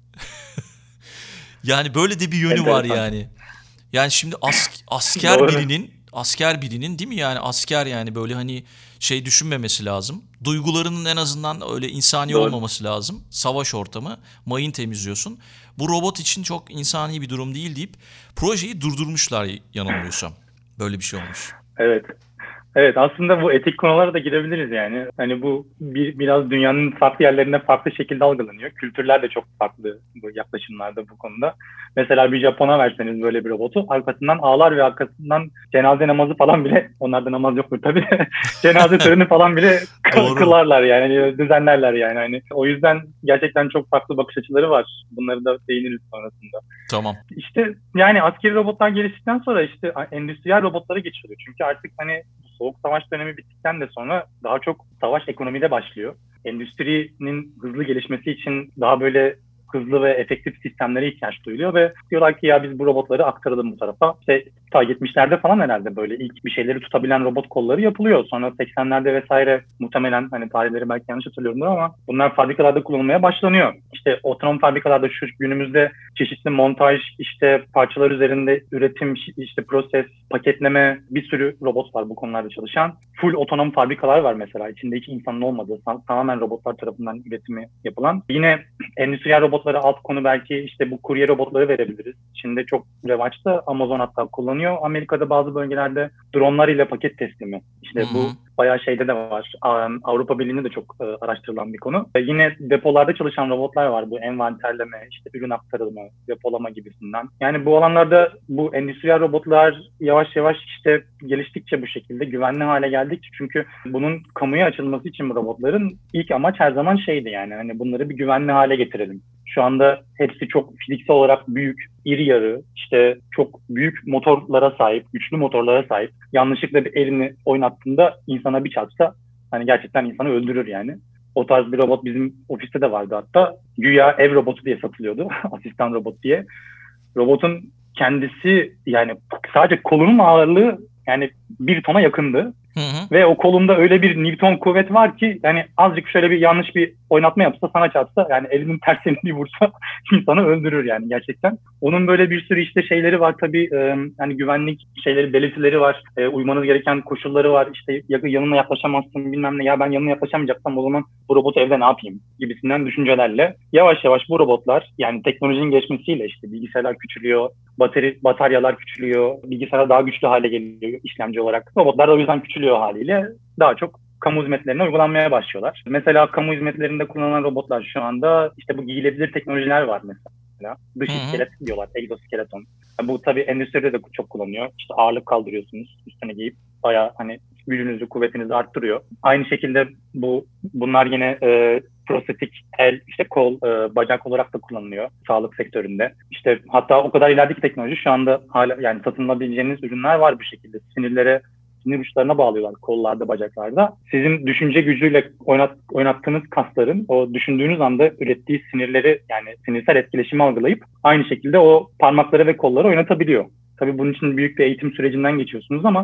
Yani böyle de bir yönü var Enteresan. yani. Yani şimdi as- asker Doğru. birinin asker birinin değil mi yani asker yani böyle hani şey düşünmemesi lazım. Duygularının en azından öyle insani Doğru. olmaması lazım. Savaş ortamı, mayın temizliyorsun. Bu robot için çok insani bir durum değil deyip projeyi durdurmuşlar yanılmıyorsam. Böyle bir şey olmuş. Evet. Evet aslında bu etik konulara da girebiliriz yani. Hani bu bir, biraz dünyanın farklı yerlerinde farklı şekilde algılanıyor. Kültürler de çok farklı bu yaklaşımlarda bu konuda. Mesela bir Japon'a verseniz böyle bir robotu arkasından ağlar ve arkasından cenaze namazı falan bile onlarda namaz yoktur tabii. Cenaze töreni falan bile Doğru. kılarlar yani düzenlerler yani. Hani o yüzden gerçekten çok farklı bakış açıları var. Bunları da değiniriz sonrasında. Tamam. İşte yani askeri robotlar geliştikten sonra işte endüstriyel robotlara geçiliyor. Çünkü artık hani Soğuk Savaş dönemi bittikten de sonra daha çok savaş ekonomide başlıyor. Endüstrinin hızlı gelişmesi için daha böyle hızlı ve efektif sistemlere ihtiyaç duyuluyor ve diyorlar ki ya biz bu robotları aktaralım bu tarafa. İşte ta yetmişlerde falan herhalde böyle ilk bir şeyleri tutabilen robot kolları yapılıyor. Sonra seksenlerde vesaire muhtemelen hani tarihleri belki yanlış hatırlıyorumdur ama bunlar fabrikalarda kullanılmaya başlanıyor. İşte otonom fabrikalarda şu günümüzde çeşitli montaj, işte parçalar üzerinde üretim, işte proses, paketleme bir sürü robot var bu konularda çalışan. Full otonom fabrikalar var mesela. İçinde hiç insanın olmadığı, tamamen robotlar tarafından üretimi yapılan. Yine endüstriyel robotlara alt konu belki işte bu kurye robotları verebiliriz. Şimdi çok revaçta. Amazon hatta kullanıyor. Amerika'da bazı bölgelerde dronlar ile paket teslimi. İşte Hı-hı. bu bayağı şeyde de var. Avrupa Birliği'nde de çok araştırılan bir konu. Yine depolarda çalışan robotlar var. Bu envanterleme, işte ürün aktarılma, depolama gibisinden. Yani bu alanlarda bu endüstriyel robotlar yavaş yavaş işte geliştikçe bu şekilde güvenli hale geldikçe çünkü bunun kamuya açılması için bu robotların ilk amaç her zaman şeydi yani hani bunları bir güvenli hale getirelim. Şu anda hepsi çok fiziksel olarak büyük, iri yarı, işte çok büyük motorlara sahip, güçlü motorlara sahip. Yanlışlıkla bir elini oynattığında insana bir çarpsa hani gerçekten insanı öldürür yani. O tarz bir robot bizim ofiste de vardı hatta. Güya ev robotu diye satılıyordu. Asistan robot diye. Robotun kendisi yani sadece kolunun ağırlığı yani bir tona yakındı. Hı hı. Ve o kolunda öyle bir Newton kuvvet var ki yani azıcık şöyle bir yanlış bir oynatma yapsa sana çarpsa yani elinin tersini bir vursa insanı öldürür yani gerçekten. Onun böyle bir sürü işte şeyleri var tabii e, hani güvenlik şeyleri belirtileri var. E, uymanız gereken koşulları var. İşte yanına yaklaşamazsın bilmem ne ya ben yanına yaklaşamayacaksam o zaman bu robotu evde ne yapayım gibisinden düşüncelerle yavaş yavaş bu robotlar yani teknolojinin geçmesiyle işte bilgisayarlar küçülüyor. Bateri, bataryalar küçülüyor. Bilgisayar daha güçlü hale geliyor işlemci olarak. Robotlar da o yüzden küçülüyor haliyle. Daha çok kamu hizmetlerine uygulanmaya başlıyorlar. Mesela kamu hizmetlerinde kullanılan robotlar şu anda işte bu giyilebilir teknolojiler var mesela. Dış iskelet diyorlar, egzoskeleton. Yani bu tabii endüstride de çok kullanılıyor. İşte ağırlık kaldırıyorsunuz, üstüne giyip bayağı hani gücünüzü, kuvvetinizi arttırıyor. Aynı şekilde bu bunlar yine e, prostetik el, işte kol, e, bacak olarak da kullanılıyor sağlık sektöründe. İşte hatta o kadar ilerideki teknoloji şu anda hala yani satılabileceğiniz ürünler var bu şekilde. Sinirlere, sinir uçlarına bağlıyorlar kollarda, bacaklarda. Sizin düşünce gücüyle oynat, oynattığınız kasların o düşündüğünüz anda ürettiği sinirleri yani sinirsel etkileşimi algılayıp aynı şekilde o parmakları ve kolları oynatabiliyor. Tabii bunun için büyük bir eğitim sürecinden geçiyorsunuz ama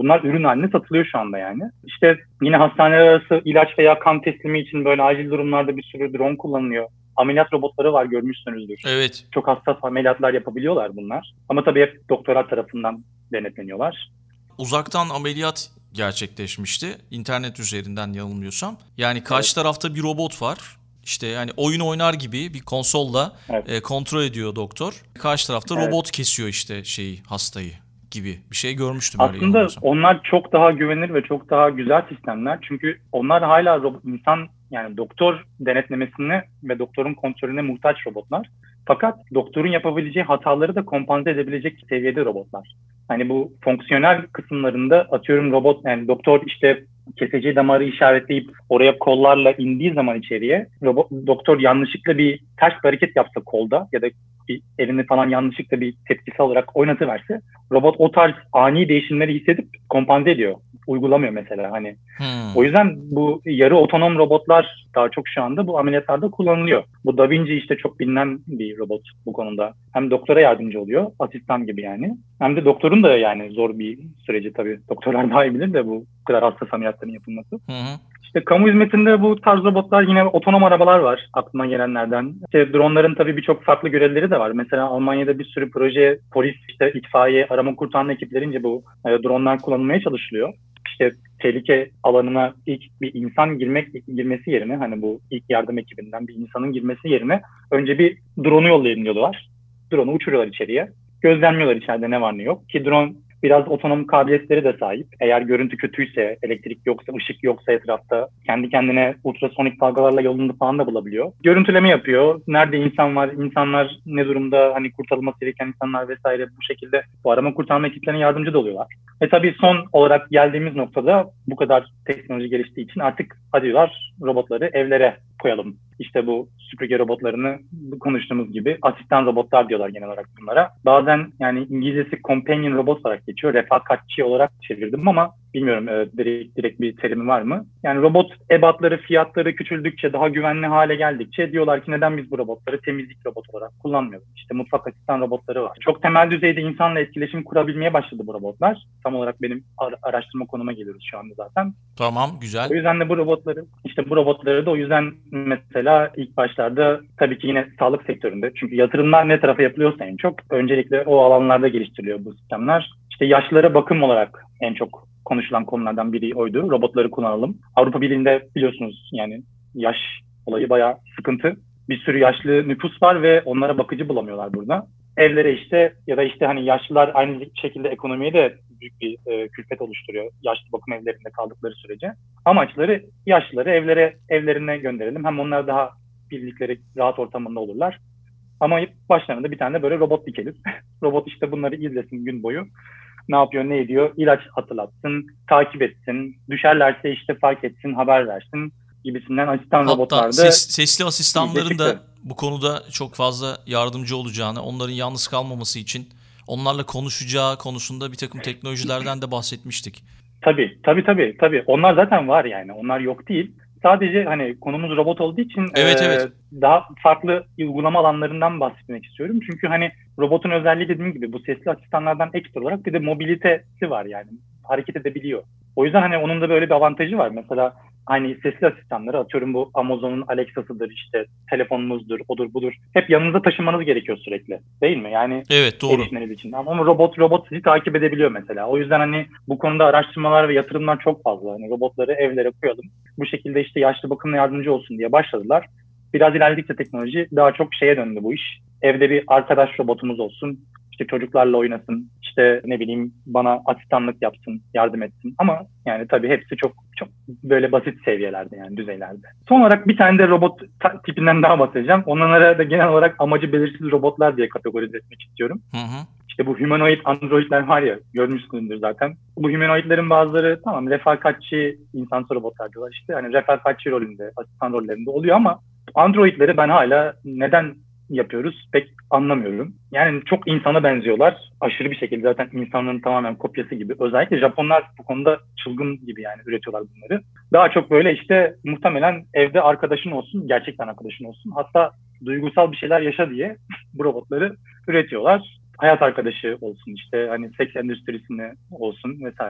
Bunlar ürün haline satılıyor şu anda yani. İşte yine hastaneler arası ilaç veya kan teslimi için böyle acil durumlarda bir sürü drone kullanılıyor. Ameliyat robotları var, görmüşsünüzdür. Evet. Çok hassas ameliyatlar yapabiliyorlar bunlar. Ama tabii hep doktorlar tarafından denetleniyorlar. Uzaktan ameliyat gerçekleşmişti. İnternet üzerinden yanılmıyorsam. Yani karşı Evet. tarafta bir robot var. İşte yani oyun oynar gibi bir konsolla Evet. e, kontrol ediyor doktor. Karşı tarafta Evet. robot kesiyor işte şeyi, hastayı gibi bir şey görmüştüm öyle Aslında yanılmıyorsam. onlar çok daha güvenilir ve çok daha güzel sistemler. Çünkü onlar hala ro- insan yani doktor denetlemesine ve doktorun kontrolüne muhtaç robotlar. Fakat doktorun yapabileceği hataları da kompanse edebilecek seviyede robotlar. Hani bu fonksiyonel kısımlarında atıyorum robot yani doktor işte keseceği damarı işaretleyip oraya kollarla indiği zaman içeriye robot, doktor yanlışlıkla bir ters bir hareket yapsa kolda ya da bir elini falan yanlışlıkla bir tepkisi olarak oynatıverse robot o tarz ani değişimleri hissedip kompanze ediyor. Uygulamıyor mesela hani. Hmm. O yüzden bu yarı otonom robotlar daha çok şu anda bu ameliyatlarda kullanılıyor. Bu Da Vinci işte çok bilinen bir robot bu konuda. Hem doktora yardımcı oluyor, asistan gibi yani. Hem de doktorun da yani zor bir süreci tabii. Doktorlar daha iyi bilir de bu kadar hassas ameliyatların yapılması. Hı hı. İşte kamu hizmetinde bu tarz robotlar yine otonom arabalar var aklıma gelenlerden. İşte dronların tabii birçok farklı görevleri de var. Mesela Almanya'da bir sürü proje, polis, işte itfaiye, arama kurtarma ekiplerince bu e, dronlar kullanılmaya çalışılıyor. İşte tehlike alanına ilk bir insan girmek girmesi yerine hani bu ilk yardım ekibinden bir insanın girmesi yerine önce bir drone'u yollayın diyorlar. Drone'u uçuruyorlar içeriye. Gözlemliyorlar içeride ne var ne yok. Ki drone biraz otonom kabiliyetleri de sahip. Eğer görüntü kötüyse, elektrik yoksa, ışık yoksa etrafta kendi kendine ultrasonik dalgalarla yolunu falan da bulabiliyor. Görüntüleme yapıyor. Nerede insan var, insanlar ne durumda, hani kurtarılması gereken insanlar vesaire bu şekilde bu arama kurtarma ekiplerine yardımcı da oluyorlar. Ve tabii son olarak geldiğimiz noktada bu kadar teknoloji geliştiği için artık hadi diyorlar robotları evlere koyalım. İşte bu süpürge robotlarını konuştuğumuz gibi asistan robotlar diyorlar genel olarak bunlara. Bazen yani İngilizcesi companion robot olarak geçiyor. Refakatçi olarak çevirdim ama bilmiyorum e, direkt, direkt bir terimi var mı? Yani robot ebatları, fiyatları küçüldükçe, daha güvenli hale geldikçe diyorlar ki neden biz bu robotları temizlik robot olarak kullanmıyoruz? İşte mutfak asistan robotları var. Çok temel düzeyde insanla etkileşim kurabilmeye başladı bu robotlar. Tam olarak benim ar- araştırma konuma geliyoruz şu anda zaten. Tamam, güzel. O yüzden de bu robotları, işte bu robotları da o yüzden mesela ilk başlarda tabii ki yine sağlık sektöründe. Çünkü yatırımlar ne tarafa yapılıyorsa en çok öncelikle o alanlarda geliştiriliyor bu sistemler. İşte yaşlılara bakım olarak en çok konuşulan konulardan biri oydu. Robotları kullanalım. Avrupa Birliği'nde biliyorsunuz yani yaş olayı bayağı sıkıntı. Bir sürü yaşlı nüfus var ve onlara bakıcı bulamıyorlar burada. Evlere işte ya da işte hani yaşlılar aynı şekilde ekonomiye de büyük bir e, külfet oluşturuyor. Yaşlı bakım evlerinde kaldıkları sürece. Amaçları yaşlıları evlere evlerine gönderelim. Hem onlar daha bildikleri rahat ortamında olurlar. Ama başlarında bir tane de böyle robot dikelim. Robot işte bunları izlesin gün boyu. Ne yapıyor, ne ediyor? İlaç hatırlatsın, takip etsin. Düşerlerse işte fark etsin, haber versin gibisinden asistan Hatta robotlarda ses, sesli asistanların çıktı. da bu konuda çok fazla yardımcı olacağını, onların yalnız kalmaması için onlarla konuşacağı konusunda bir takım teknolojilerden de bahsetmiştik. Tabii, tabii, tabii, tabii. Onlar zaten var yani. Onlar yok değil. Sadece hani konumuz robot olduğu için Evet, e, evet. daha farklı uygulama alanlarından bahsetmek istiyorum. Çünkü hani robotun özelliği dediğim gibi bu sesli asistanlardan ekstra olarak bir de mobilitesi var yani. Hareket edebiliyor. O yüzden hani onun da böyle bir avantajı var. Mesela hani sesli asistanları atıyorum bu Amazon'un Alexa'sıdır işte telefonunuzdur, odur budur. Hep yanınıza taşımanız gerekiyor sürekli. Değil mi? Yani Evet, doğru. erişmeniz için. Ama robot robot sizi takip edebiliyor mesela. O yüzden hani bu konuda araştırmalar ve yatırımlar çok fazla. Hani robotları evlere koyalım. Bu şekilde işte yaşlı bakımına yardımcı olsun diye başladılar. Biraz ilerledikçe teknoloji daha çok şeye döndü bu iş. Evde bir arkadaş robotumuz olsun. İşte çocuklarla oynasın. İşte ne bileyim bana asistanlık yapsın, yardım etsin. Ama yani tabii hepsi çok çok böyle basit seviyelerde yani düzeylerde. Son olarak bir tane de robot tipinden daha bahsedeceğim. Onlara da genel olarak amacı belirsiz robotlar diye kategorize etmek istiyorum. Hı hı. İşte bu humanoid androidler var ya, görmüşsünüzdür zaten. Bu humanoidlerin bazıları tamam refakatçi insansı robotlar diyorlar işte. Hani refakatçi rolünde, asistan rollerinde oluyor ama androidleri ben hala neden yapıyoruz pek anlamıyorum. Yani çok insana benziyorlar. Aşırı bir şekilde zaten insanların tamamen kopyası gibi. Özellikle Japonlar bu konuda çılgın gibi yani üretiyorlar bunları. Daha çok böyle işte muhtemelen evde arkadaşın olsun, gerçekten arkadaşın olsun. Hatta duygusal bir şeyler yaşa diye bu robotları üretiyorlar. Hayat arkadaşı olsun işte hani seks endüstrisinde olsun vesaire.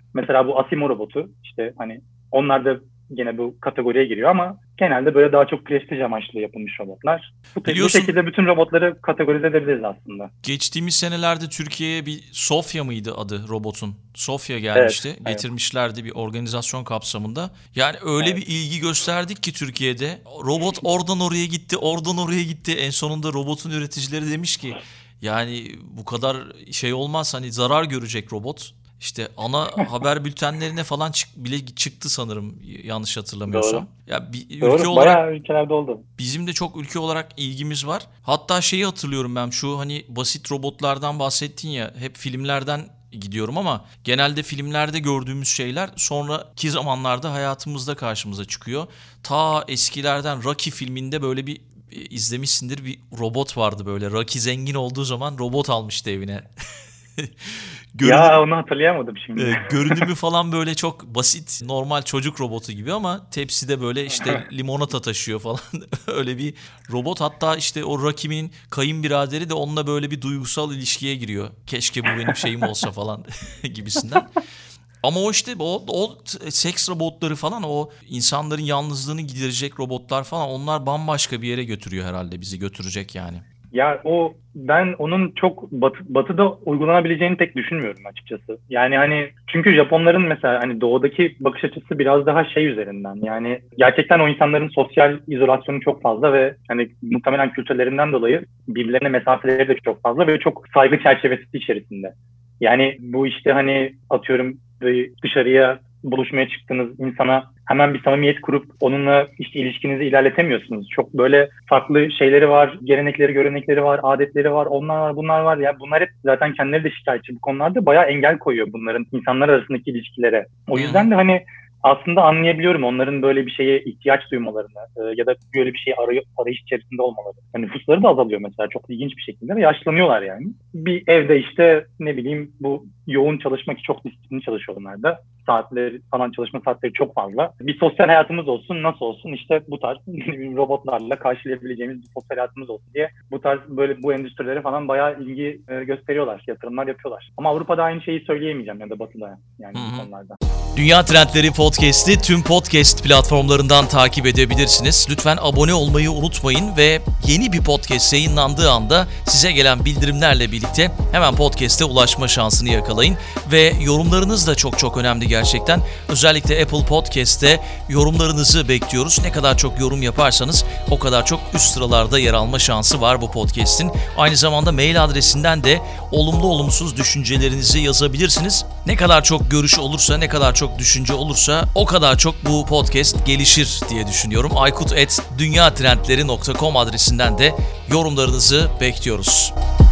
Mesela bu Asimo robotu işte hani onlar da gene bu kategoriye giriyor ama genelde böyle daha çok prestij amaçlı yapılmış robotlar. Bu, bu şekilde bütün robotları kategorize edebiliriz aslında. Geçtiğimiz senelerde Türkiye'ye bir Sofya mıydı adı robotun? Sofya gelmişti. Evet, Getirmişlerdi bir organizasyon kapsamında. Yani öyle evet. bir ilgi gösterdik ki Türkiye'de. Robot oradan oraya gitti, oradan oraya gitti. En sonunda robotun üreticileri demiş ki yani bu kadar şey olmaz, hani zarar görecek robot. İşte ana haber bültenlerine falan çık, bile çıktı sanırım, yanlış hatırlamıyorsam. Doğru. Ya bir Doğru. ülke olarak bayağı ülkelerde oldu. Bizim de çok ülke olarak ilgimiz var. Hatta şeyi hatırlıyorum ben, şu hani basit robotlardan bahsettin ya, hep filmlerden gidiyorum ama genelde filmlerde gördüğümüz şeyler sonraki zamanlarda hayatımızda karşımıza çıkıyor. Ta eskilerden Rocky filminde böyle bir izlemişsindir, bir robot vardı böyle. Rocky zengin olduğu zaman robot almıştı evine. Görünüm, ya onu hatırlayamadım şimdi. E, görünümü falan böyle çok basit, normal çocuk robotu gibi ama tepside böyle işte limonata taşıyor falan. Öyle bir robot. Hatta işte o Rocky'nin kayınbiraderi de onunla böyle bir duygusal ilişkiye giriyor. Keşke bu benim şeyim olsa falan gibisinden. Ama o işte o, o seks robotları falan, o insanların yalnızlığını giderecek robotlar falan, onlar bambaşka bir yere götürüyor herhalde, bizi götürecek yani. Ya o ben onun çok batı, batıda uygulanabileceğini pek düşünmüyorum açıkçası. Yani hani çünkü Japonların mesela hani doğudaki bakış açısı biraz daha şey üzerinden. Yani gerçekten o insanların sosyal izolasyonu çok fazla ve hani muhtemelen kültürlerinden dolayı birbirlerine mesafeleri de çok fazla ve çok saygı çerçevesi içerisinde. Yani bu işte hani atıyorum dışarıya buluşmaya çıktığınız insana hemen bir samimiyet kurup onunla işte ilişkinizi ilerletemiyorsunuz. Çok böyle farklı şeyleri var, gelenekleri, görenekleri var, adetleri var, onlar var, bunlar var. Ya bunlar hep zaten kendileri de şikayetçi bu konularda, bayağı engel koyuyor bunların insanlar arasındaki ilişkilere. O yüzden de hani aslında anlayabiliyorum onların böyle bir şeye ihtiyaç duymalarını e, ya da böyle bir şey arayış, arayış içerisinde olmaları. Yani nüfusları da azalıyor mesela çok ilginç bir şekilde ve yaşlanıyorlar yani. Bir evde işte ne bileyim bu yoğun çalışmak, çok disiplinli çalışıyorlar da. Saatleri falan, çalışma saatleri çok fazla. Bir sosyal hayatımız olsun, nasıl olsun işte bu tarz robotlarla karşılayabileceğimiz bir sosyal hayatımız olsun diye bu tarz böyle bu endüstrilere falan bayağı ilgi e, gösteriyorlar, yatırımlar yapıyorlar. Ama Avrupa'da aynı şeyi söyleyemeyeceğim ya da Batı'da yani bu konularda. Dünya Trendleri Podcast'i tüm podcast platformlarından takip edebilirsiniz. Lütfen abone olmayı unutmayın ve yeni bir podcast yayınlandığı anda size gelen bildirimlerle birlikte hemen podcast'e ulaşma şansını yakalayın. Ve yorumlarınız da çok çok önemli gerçekten. Özellikle Apple Podcast'te yorumlarınızı bekliyoruz. Ne kadar çok yorum yaparsanız o kadar çok üst sıralarda yer alma şansı var bu podcast'in. Aynı zamanda mail adresinden de olumlu olumsuz düşüncelerinizi yazabilirsiniz. Ne kadar çok görüş olursa, ne kadar çok düşünce olursa o kadar çok bu podcast gelişir diye düşünüyorum. aykut at dünyatrendleri nokta com adresinden de yorumlarınızı bekliyoruz.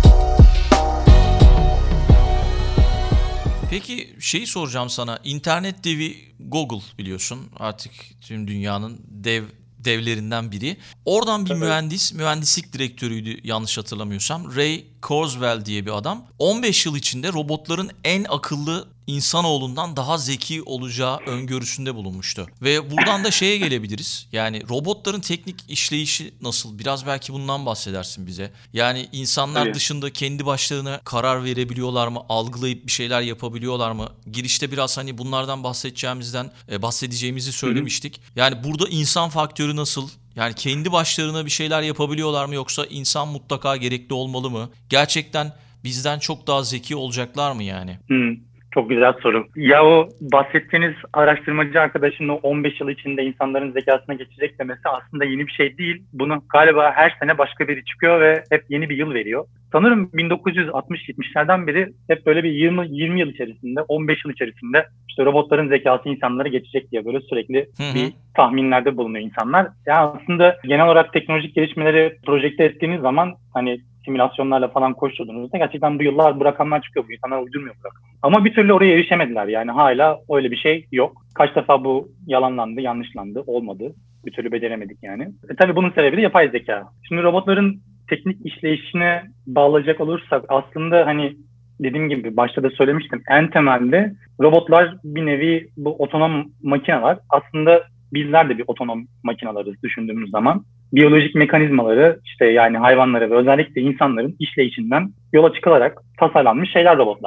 Peki şeyi soracağım sana. İnternet devi Google biliyorsun, artık tüm dünyanın dev devlerinden biri. Oradan bir evet. mühendis, mühendislik direktörüydü yanlış hatırlamıyorsam. Ray Kurzweil diye bir adam. on beş yıl içinde robotların en akıllı insanoğlundan daha zeki olacağı öngörüsünde bulunmuştu. Ve buradan da şeye gelebiliriz. Yani robotların teknik işleyişi nasıl? Biraz belki bundan bahsedersin bize. Yani insanlar evet. dışında kendi başlarına karar verebiliyorlar mı? Algılayıp bir şeyler yapabiliyorlar mı? Girişte biraz hani bunlardan bahsedeceğimizden bahsedeceğimizi söylemiştik. Hı hı. Yani burada insan faktörü nasıl? Yani kendi başlarına bir şeyler yapabiliyorlar mı, yoksa insan mutlaka gerekli olmalı mı? Gerçekten bizden çok daha zeki olacaklar mı yani? Hmm, çok güzel soru. Ya o bahsettiğiniz araştırmacı arkadaşın o on beş yıl içinde insanların zekasına geçecek demesi aslında yeni bir şey değil. Bunu galiba her sene başka biri çıkıyor ve hep yeni bir yıl veriyor. Sanırım bin dokuz yüz altmış yetmişlerden beri hep böyle bir yirmi yirmi yıl içerisinde, on beş yıl içerisinde işte robotların zekası insanları geçecek diye böyle sürekli hı hı. bir tahminlerde bulunuyor insanlar. Yani aslında genel olarak teknolojik gelişmeleri projekte ettiğiniz zaman hani simülasyonlarla falan koşturduğunuzda gerçekten bu yıllar bu rakamlar çıkıyor. Bu insanlar uydurmuyor bu rakamı. Ama bir türlü oraya erişemediler. Yani hala öyle bir şey yok. Kaç defa bu yalanlandı, yanlışlandı, olmadı. Bir türlü beceremedik yani. E tabii bunun sebebi de yapay zeka. Şimdi robotların teknik işleyişine bağlayacak olursak aslında hani dediğim gibi başta da söylemiştim, en temelde robotlar bir nevi bu otonom makineler. Aslında bizler de bir otonom makinalarız düşündüğümüz zaman. Biyolojik mekanizmaları işte yani hayvanları ve özellikle insanların işleyişinden yola çıkılarak tasarlanmış şeyler robotlar.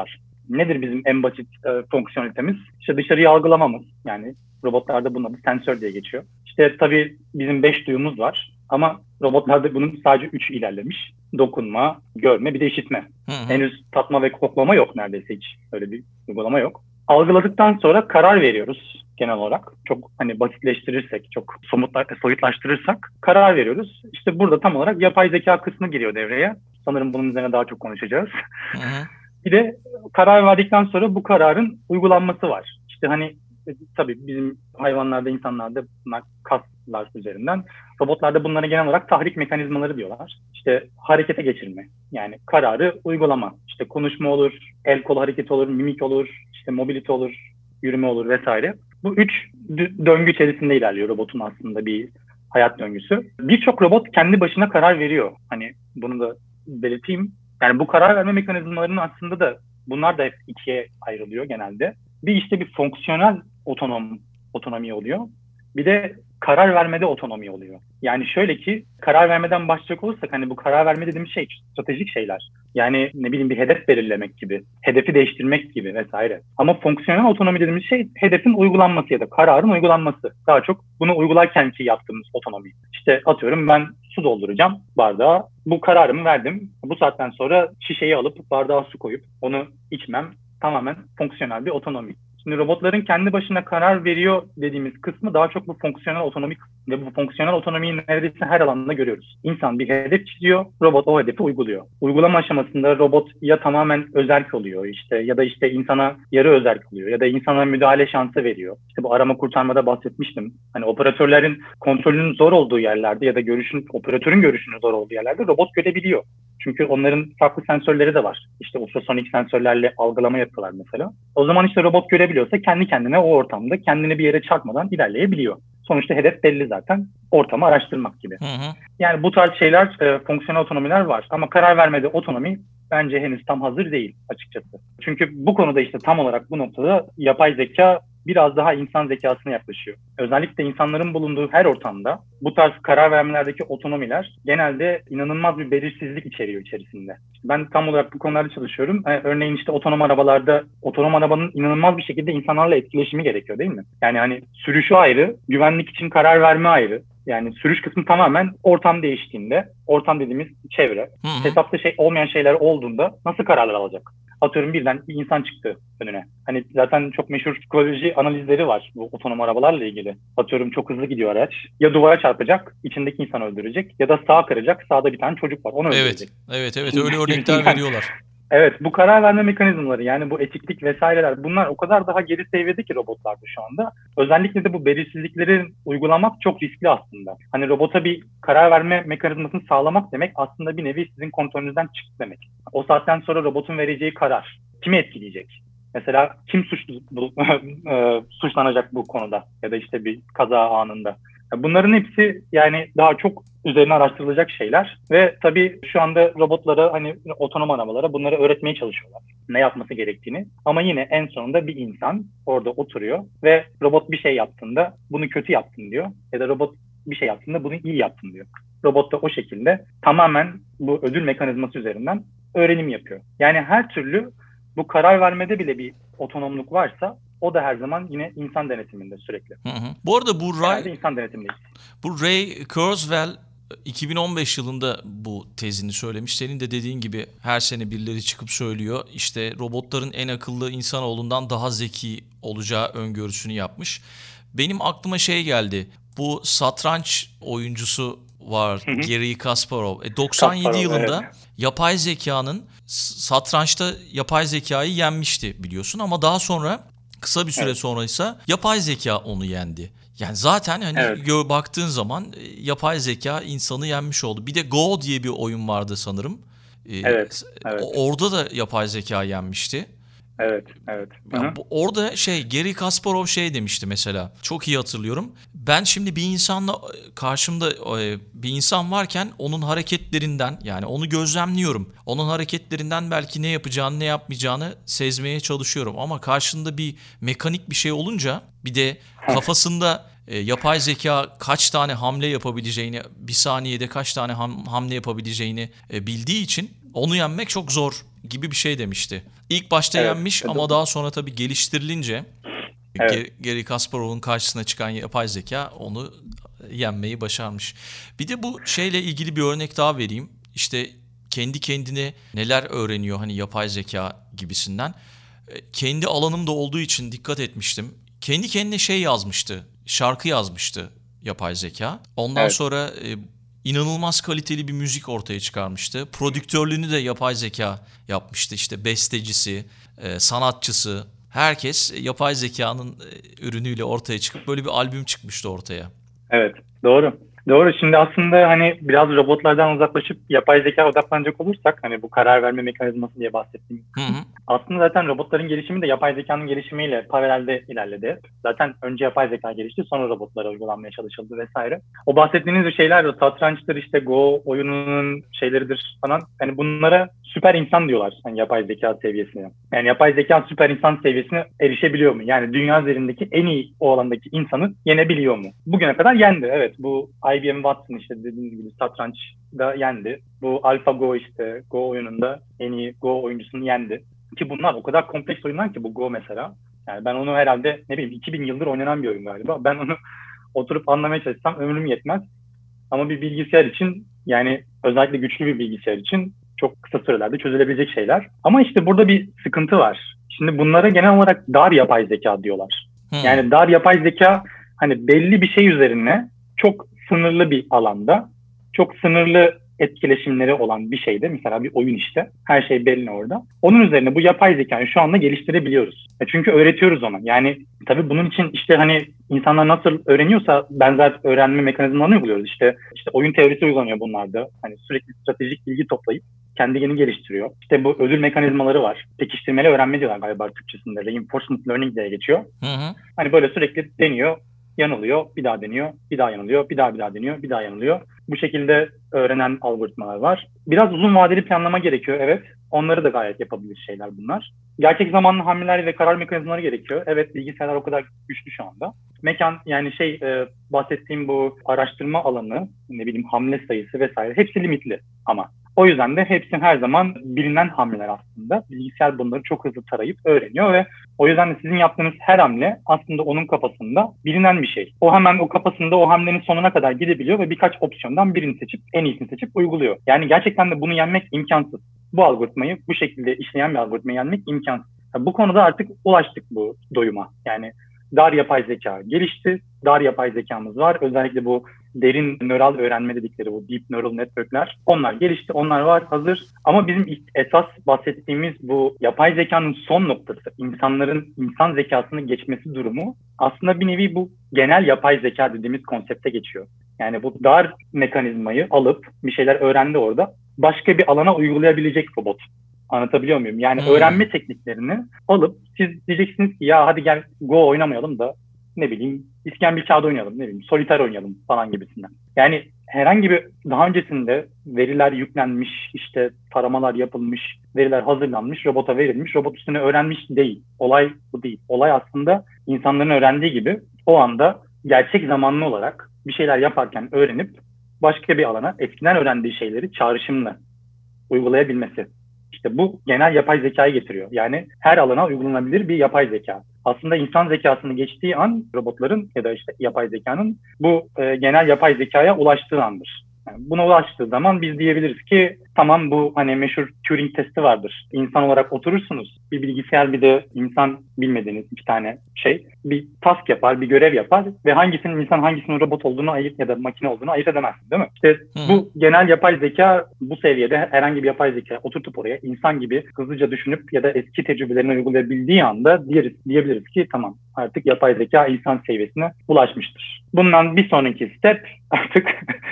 nedir bizim en basit e, fonksiyonelitemiz? İşte dışarıyı algılamamız. Yani robotlarda bunun adı sensör diye geçiyor. İşte tabii bizim beş duyumuz var ama robotlarda bunun sadece üç ilerlemiş. Dokunma, görme, bir de işitme. Hı hı. Henüz tatma ve koklama yok neredeyse hiç. Öyle bir uygulama yok. Algıladıktan sonra karar veriyoruz genel olarak. Çok hani basitleştirirsek, çok somutla, soyutlaştırırsak karar veriyoruz. İşte burada tam olarak yapay zeka kısmı giriyor devreye. Sanırım bunun üzerine daha çok konuşacağız. Hı hı. Bir de karar verdikten sonra bu kararın uygulanması var. İşte hani tabii bizim hayvanlarda, insanlarda bunlar kaslar üzerinden. Robotlarda bunlara genel olarak tahrik mekanizmaları diyorlar. İşte harekete geçirme. Yani kararı uygulama. İşte konuşma olur, el kol hareketi olur, mimik olur, işte mobilite olur, yürüme olur vesaire. Bu üç d- döngü içerisinde ilerliyor robotun aslında bir hayat döngüsü. Birçok robot kendi başına karar veriyor. Hani bunu da belirteyim. Yani bu karar verme mekanizmalarının aslında da bunlar da hep ikiye ayrılıyor genelde. Bir işte bir fonksiyonel otonom otonomi oluyor. Bir de karar vermede otonomi oluyor. Yani şöyle ki karar vermeden başlayacak olursak hani bu karar verme dediğimiz şey stratejik şeyler. Yani ne bileyim bir hedef belirlemek gibi, hedefi değiştirmek gibi vesaire. Ama fonksiyonel otonomi dediğimiz şey hedefin uygulanması ya da kararın uygulanması. Daha çok bunu uygularken ki yaptığımız otonomi. İşte atıyorum ben su dolduracağım bardağa. Bu kararımı verdim. Bu saatten sonra şişeyi alıp bardağa su koyup onu içmem tamamen fonksiyonel bir otonomi. Şimdi robotların kendi başına karar veriyor dediğimiz kısmı daha çok bu fonksiyonel otonomi ve bu fonksiyonel otonomiyi neredeyse her alanda görüyoruz. İnsan bir hedef çiziyor, robot o hedefi uyguluyor. Uygulama aşamasında robot ya tamamen özerk oluyor işte ya da işte insana yarı özerk oluyor ya da insana müdahale şansı veriyor. İşte bu arama kurtarmada bahsetmiştim. Hani operatörlerin kontrolünün zor olduğu yerlerde ya da görüşün operatörün görüşünün zor olduğu yerlerde robot görebiliyor. Çünkü onların farklı sensörleri de var. İşte ultrasonik sensörlerle algılama yapıyorlar mesela. O zaman işte robot görebiliyorsa kendi kendine o ortamda kendini bir yere çarpmadan ilerleyebiliyor. Sonuçta hedef belli zaten. Ortamı araştırmak gibi. Hı hı. Yani bu tarz şeyler, e, fonksiyonel otonomiler var. Ama karar vermede otonomi bence henüz tam hazır değil açıkçası. Çünkü bu konuda işte tam olarak bu noktada yapay zeka biraz daha insan zekasına yaklaşıyor. Özellikle insanların bulunduğu her ortamda bu tarz karar vermelerdeki otonomiler genelde inanılmaz bir belirsizlik içeriyor içerisinde. Ben tam olarak bu konularda çalışıyorum. Yani örneğin işte otonom arabalarda otonom arabanın inanılmaz bir şekilde insanlarla etkileşimi gerekiyor değil mi? Yani hani sürüşü ayrı, güvenlik için karar verme ayrı. Yani sürüş kısmı tamamen ortam değiştiğinde, ortam dediğimiz çevre, Hı hı. hesapta şey olmayan şeyler olduğunda nasıl kararlar alacak? Atıyorum birden bir insan çıktı önüne. Hani zaten çok meşhur psikoloji analizleri var bu otonom arabalarla ilgili. Atıyorum çok hızlı gidiyor araç. Ya duvara çarpacak, içindeki insanı öldürecek ya da sağa kıracak, sağda bir tane çocuk var. Onu öldürecek. Evet, evet, evet öyle örnekler veriyorlar. Evet, bu karar verme mekanizmaları yani bu etiklik vesaireler bunlar o kadar daha geri seviyede ki robotlarda şu anda. Özellikle de bu belirsizlikleri uygulamak çok riskli aslında. Hani robota bir karar verme mekanizmasını sağlamak demek aslında bir nevi sizin kontrolünüzden çıktı demek. O saatten sonra robotun vereceği karar kimi etkileyecek? Mesela kim suçlu, bu, suçlanacak bu konuda ya da işte bir kaza anında? Bunların hepsi yani daha çok üzerine araştırılacak şeyler ve tabii şu anda robotlara hani otonom arabalara bunları öğretmeye çalışıyorlar. Ne yapması gerektiğini ama yine en sonunda bir insan orada oturuyor ve robot bir şey yaptığında bunu kötü yaptın diyor ya da robot bir şey yaptığında bunu iyi yaptın diyor. Robot da o şekilde tamamen bu ödül mekanizması üzerinden öğrenim yapıyor. Yani her türlü bu karar vermede bile bir otonomluk varsa o da her zaman yine insan denetiminde sürekli. Hı hı. Bu arada bu Ray, insan denetimindeyiz. bu Ray Kurzweil iki bin on beş yılında bu tezini söylemiş. Senin de dediğin gibi her sene birileri çıkıp söylüyor. İşte robotların en akıllı insanoğlundan daha zeki olacağı öngörüsünü yapmış. Benim aklıma şey geldi. Bu satranç oyuncusu var, hı hı. Garry Kasparov. E, doksan yedi Kasparov, yılında evet. Yapay zekanın satrançta yapay zekayı yenmişti biliyorsun ama daha sonra kısa bir süre evet. sonra ise yapay zeka onu yendi. Yani zaten hani evet. gö- baktığın zaman yapay zeka insanı yenmiş oldu. Bir de Go diye bir oyun vardı sanırım. Ee, evet, evet. Orada da yapay zeka yenmişti. Evet, evet. Yani bu, orada şey Garry Kasparov şey demişti mesela. Çok iyi hatırlıyorum. Ben şimdi bir insanla karşımda bir insan varken onun hareketlerinden yani onu gözlemliyorum. Onun hareketlerinden belki ne yapacağını ne yapmayacağını sezmeye çalışıyorum. Ama karşında bir mekanik bir şey olunca bir de kafasında e, yapay zeka kaç tane hamle yapabileceğini, bir saniyede kaç tane ham, hamle yapabileceğini e, bildiği için onu yenmek çok zor gibi bir şey demişti. İlk başta Evet, yenmiş evet. ama daha sonra tabii geliştirilince Evet. Ge- Gary Kasparov'un karşısına çıkan yapay zeka onu yenmeyi başarmış. Bir de bu şeyle ilgili bir örnek daha vereyim. İşte kendi kendine neler öğreniyor hani yapay zeka gibisinden. E, Kendi alanımda olduğu için dikkat etmiştim. Kendi kendine şey yazmıştı, şarkı yazmıştı yapay zeka. Ondan Evet. sonra e, inanılmaz kaliteli bir müzik ortaya çıkarmıştı. Prodüktörlüğünü de yapay zeka yapmıştı. İşte bestecisi, e, sanatçısı, herkes e, yapay zekanın e, ürünüyle ortaya çıkıp böyle bir albüm çıkmıştı ortaya. Evet, doğru. Doğru. Şimdi aslında hani biraz robotlardan uzaklaşıp yapay zeka odaklanacak olursak hani bu karar verme mekanizması diye bahsettiğim Hı hı. aslında zaten robotların gelişimi de yapay zekanın gelişimiyle paralelde ilerledi. Zaten önce yapay zeka gelişti, sonra robotlara uygulanmaya çalışıldı vesaire. O bahsettiğiniz şeyler de satrançtır, işte Go oyununun şeyleridir falan. Hani bunlara süper insan diyorlar hani yapay zeka seviyesine. Yani yapay zeka süper insan seviyesine erişebiliyor mu? Yani dünya üzerindeki en iyi o alandaki insanı yenebiliyor mu? Bugüne kadar yendi. Evet, bu I B M Watson işte dediğiniz gibi satrançda yendi. Bu AlphaGo işte Go oyununda en iyi Go oyuncusunu yendi. Ki bunlar o kadar kompleks oyunlar ki bu Go mesela. Yani ben onu herhalde ne bileyim iki bin yıldır oynanan bir oyun galiba. Ben onu oturup anlamaya çalışsam ömrüm yetmez. Ama bir bilgisayar için yani özellikle güçlü bir bilgisayar için çok kısa sürelerde çözülebilecek şeyler. Ama işte burada bir sıkıntı var. Şimdi bunlara genel olarak dar yapay zeka diyorlar. Hmm. Yani dar yapay zeka hani belli bir şey üzerine çok sınırlı bir alanda, çok sınırlı etkileşimleri olan bir şeyde, mesela bir oyun işte. Her şey belli orada. Onun üzerine bu yapay zekayı şu anda geliştirebiliyoruz. E çünkü öğretiyoruz ona. Yani tabii bunun için işte hani insanlar nasıl öğreniyorsa benzer öğrenme mekanizmalarını uyguluyoruz. İşte işte oyun teorisi uygulanıyor bunlarda. Hani sürekli stratejik bilgi toplayıp kendini geliştiriyor. İşte bu ödül mekanizmaları var. Pekiştirmeli öğrenme diyorlar galiba Türkçesinde. Reinforcement learning diye geçiyor. Hı hı. Hani böyle sürekli deniyor, yanılıyor, bir daha deniyor, bir daha yanılıyor, bir daha bir daha deniyor, bir daha yanılıyor. Bu şekilde öğrenen algoritmalar var. Biraz uzun vadeli planlama gerekiyor, evet. Onları da gayet yapabilir şeyler bunlar. Gerçek zamanlı hamleler ve karar mekanizmaları gerekiyor. Evet, bilgisayarlar o kadar güçlü şu anda. Mekan yani şey e, bahsettiğim bu araştırma alanı, ne bileyim hamle sayısı vesaire hepsi limitli ama. O yüzden de hepsi her zaman bilinen hamleler aslında. Bilgisayar bunları çok hızlı tarayıp öğreniyor ve o yüzden de sizin yaptığınız her hamle aslında onun kafasında bilinen bir şey. O hemen o kafasında o hamlenin sonuna kadar gidebiliyor ve birkaç opsiyondan birini seçip en iyisini seçip uyguluyor. Yani gerçekten de bunu yenmek imkansız. Bu algoritmayı bu şekilde işleyen bir algoritmayı yenmek imkansız. Yani bu konuda artık ulaştık bu doyuma. Yani dar yapay zeka gelişti. Dar yapay zekamız var. Özellikle bu derin nöral öğrenme dedikleri bu deep neural network'ler. Onlar gelişti. Onlar var, hazır. Ama bizim esas bahsettiğimiz bu yapay zekanın son noktası, insanların insan zekasını geçmesi durumu aslında bir nevi bu genel yapay zeka dediğimiz konsepte geçiyor. Yani bu dar mekanizmayı alıp bir şeyler öğrendi orada. Başka bir alana uygulayabilecek robot. Anlatabiliyor muyum? Yani hmm. öğrenme tekniklerini alıp siz diyeceksiniz ki ya hadi gel Go oynamayalım da ne bileyim İskambil kağıdı oynayalım, ne bileyim soliter oynayalım falan gibisinden. Yani herhangi bir daha öncesinde veriler yüklenmiş, işte taramalar yapılmış, veriler hazırlanmış, robota verilmiş, robot üstüne öğrenmiş değil. Olay bu değil. Olay aslında insanların öğrendiği gibi o anda gerçek zamanlı olarak bir şeyler yaparken öğrenip başka bir alana eskiden öğrendiği şeyleri çağrışımla uygulayabilmesi. İşte bu genel yapay zekayı getiriyor. Yani her alana uygulanabilir bir yapay zeka. Aslında insan zekasını geçtiği an robotların ya da işte yapay zekanın bu e, genel yapay zekaya ulaştığı andır. Yani buna ulaştığı zaman biz diyebiliriz ki tamam, bu hani meşhur Turing testi vardır. İnsan olarak oturursunuz. Bir bilgisayar bir de insan bilmediğiniz iki tane şey. Bir task yapar, bir görev yapar ve hangisinin insan hangisinin robot olduğunu ayırt ya da makine olduğunu ayırt edemezsiniz, değil mi? İşte hmm. bu genel yapay zeka bu seviyede herhangi bir yapay zeka oturtup oraya insan gibi hızlıca düşünüp ya da eski tecrübelerini uygulayabildiği anda diyeriz, diyebiliriz ki tamam, artık yapay zeka insan seviyesine ulaşmıştır. Bundan bir sonraki step artık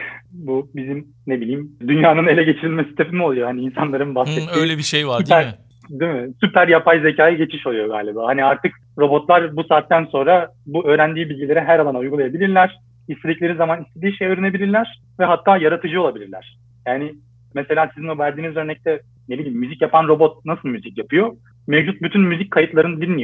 bu bizim ne bileyim dünyanın ele geçirilmesi stepi mi oluyor? Hani insanların bahsettiği. Hmm, öyle bir şey var süper, değil mi? Değil mi? Süper yapay zekaya geçiş oluyor galiba. Hani artık robotlar bu saatten sonra bu öğrendiği bilgileri her alana uygulayabilirler. İstedikleri zaman istediği şey öğrenebilirler ve hatta yaratıcı olabilirler. Yani mesela sizin o verdiğiniz örnekte ne bileyim müzik yapan robot nasıl müzik yapıyor? Mevcut bütün müzik kayıtlarını dinliyor.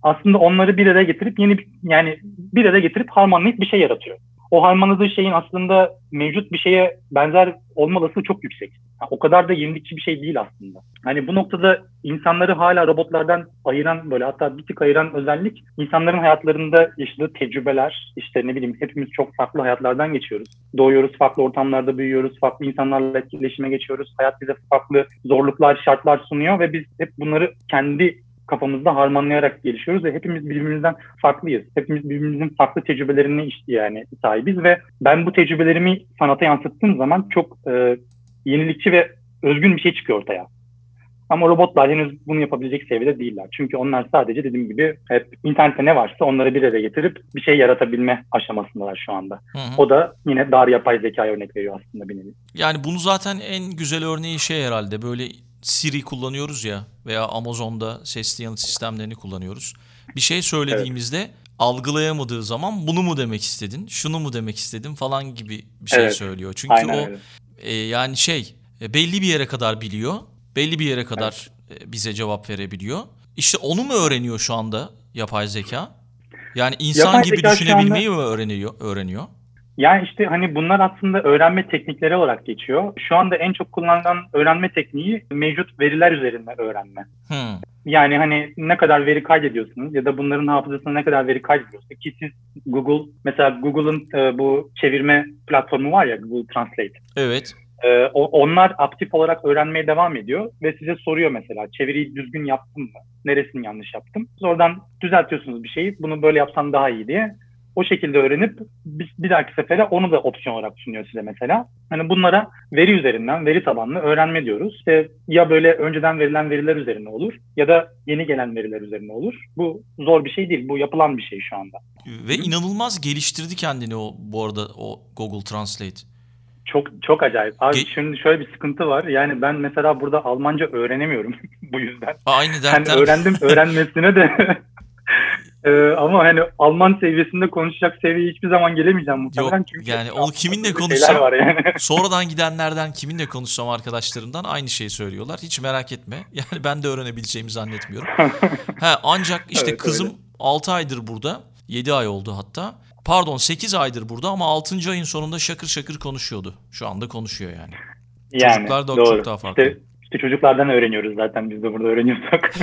aslında onları bir araya getirip yeni bir, yani bir araya getirip harmanlayıp bir şey yaratıyor. O harmanladığı şeyin aslında mevcut bir şeye benzer olma olasılığı çok yüksek. Yani o kadar da yenilikçi bir şey değil aslında. Hani bu noktada insanları hala robotlardan ayıran, böyle hatta bir tık ayıran özellik, insanların hayatlarında yaşadığı tecrübeler. İşte ne bileyim, hepimiz çok farklı hayatlardan geçiyoruz. Doğuyoruz, farklı ortamlarda büyüyoruz, farklı insanlarla etkileşime geçiyoruz. Hayat bize farklı zorluklar, şartlar sunuyor ve biz hep bunları kendi kafamızda harmanlayarak gelişiyoruz ve hepimiz birbirimizden farklıyız. Hepimiz birbirimizin farklı tecrübelerine işte yani sahibiz ve ben bu tecrübelerimi sanata yansıttığım zaman çok e, yenilikçi ve özgün bir şey çıkıyor ortaya. Ama robotlar henüz bunu yapabilecek seviyede değiller. Çünkü onlar sadece dediğim gibi hep internette ne varsa onları bir araya getirip bir şey yaratabilme aşamasındalar şu anda. Hı hı. O da yine dar yapay zekaya örnek veriyor aslında bir nevi. Yani bunu zaten en güzel örneği şey herhalde, böyle Siri kullanıyoruz ya veya Amazon'da sesli yanıt sistemlerini kullanıyoruz. Bir şey söylediğimizde evet. algılayamadığı zaman bunu mu demek istedin, şunu mu demek istedin falan gibi bir şey evet. söylüyor. Çünkü aynen o e, yani şey e, belli bir yere kadar biliyor, belli bir yere kadar evet. e, bize cevap verebiliyor. İşte onu mu öğreniyor şu anda yapay zeka? Yani insan yapay gibi düşünebilmeyi anda... mi öğreniyor? öğreniyor? Yani işte hani bunlar aslında öğrenme teknikleri olarak geçiyor. Şu anda en çok kullanılan öğrenme tekniği mevcut veriler üzerinden öğrenme. Hmm. Yani hani ne kadar veri kaydediyorsunuz ya da bunların hafızasına ne kadar veri kaydediyorsunuz ki siz Google, mesela Google'ın e, bu çevirme platformu var ya, Google Translate. Evet. E, onlar aktif olarak öğrenmeye devam ediyor ve size soruyor mesela çeviriyi düzgün yaptım mı? Neresini yanlış yaptım? Siz oradan düzeltiyorsunuz bir şeyi, bunu böyle yapsan daha iyi diye. O şekilde öğrenip bir, bir dahaki sefere onu da opsiyon olarak sunuyor size mesela. Hani bunlara veri üzerinden, veri tabanlı öğrenme diyoruz. İşte ya böyle önceden verilen veriler üzerine olur ya da yeni gelen veriler üzerine olur. Bu zor bir şey değil. Bu yapılan bir şey şu anda. Ve inanılmaz geliştirdi kendini o bu arada o Google Translate. Çok çok acayip. Abi Ge- şimdi şöyle bir sıkıntı var. Yani ben mesela burada Almanca öğrenemiyorum bu yüzden. Aynı dertten. Yani öğrendim, öğrenmesine de Ee, ama hani Alman seviyesinde konuşacak seviyeye hiçbir zaman gelemeyeceğim muhtemelen. Yok, çünkü yani onu kiminle konuşsam yani. sonradan gidenlerden kiminle konuşsam arkadaşlarımdan aynı şeyi söylüyorlar. Hiç merak etme. Yani ben de öğrenebileceğimi zannetmiyorum. ha, ancak işte evet, kızım öyle. altı aydır burada. yedi ay oldu hatta. Pardon sekiz aydır burada ama altıncı ayın sonunda şakır şakır konuşuyordu. Şu anda konuşuyor yani. Yani çocuklar da doğru. çok daha farklı. İşte, işte çocuklardan öğreniyoruz zaten, biz de burada öğreniyorsak.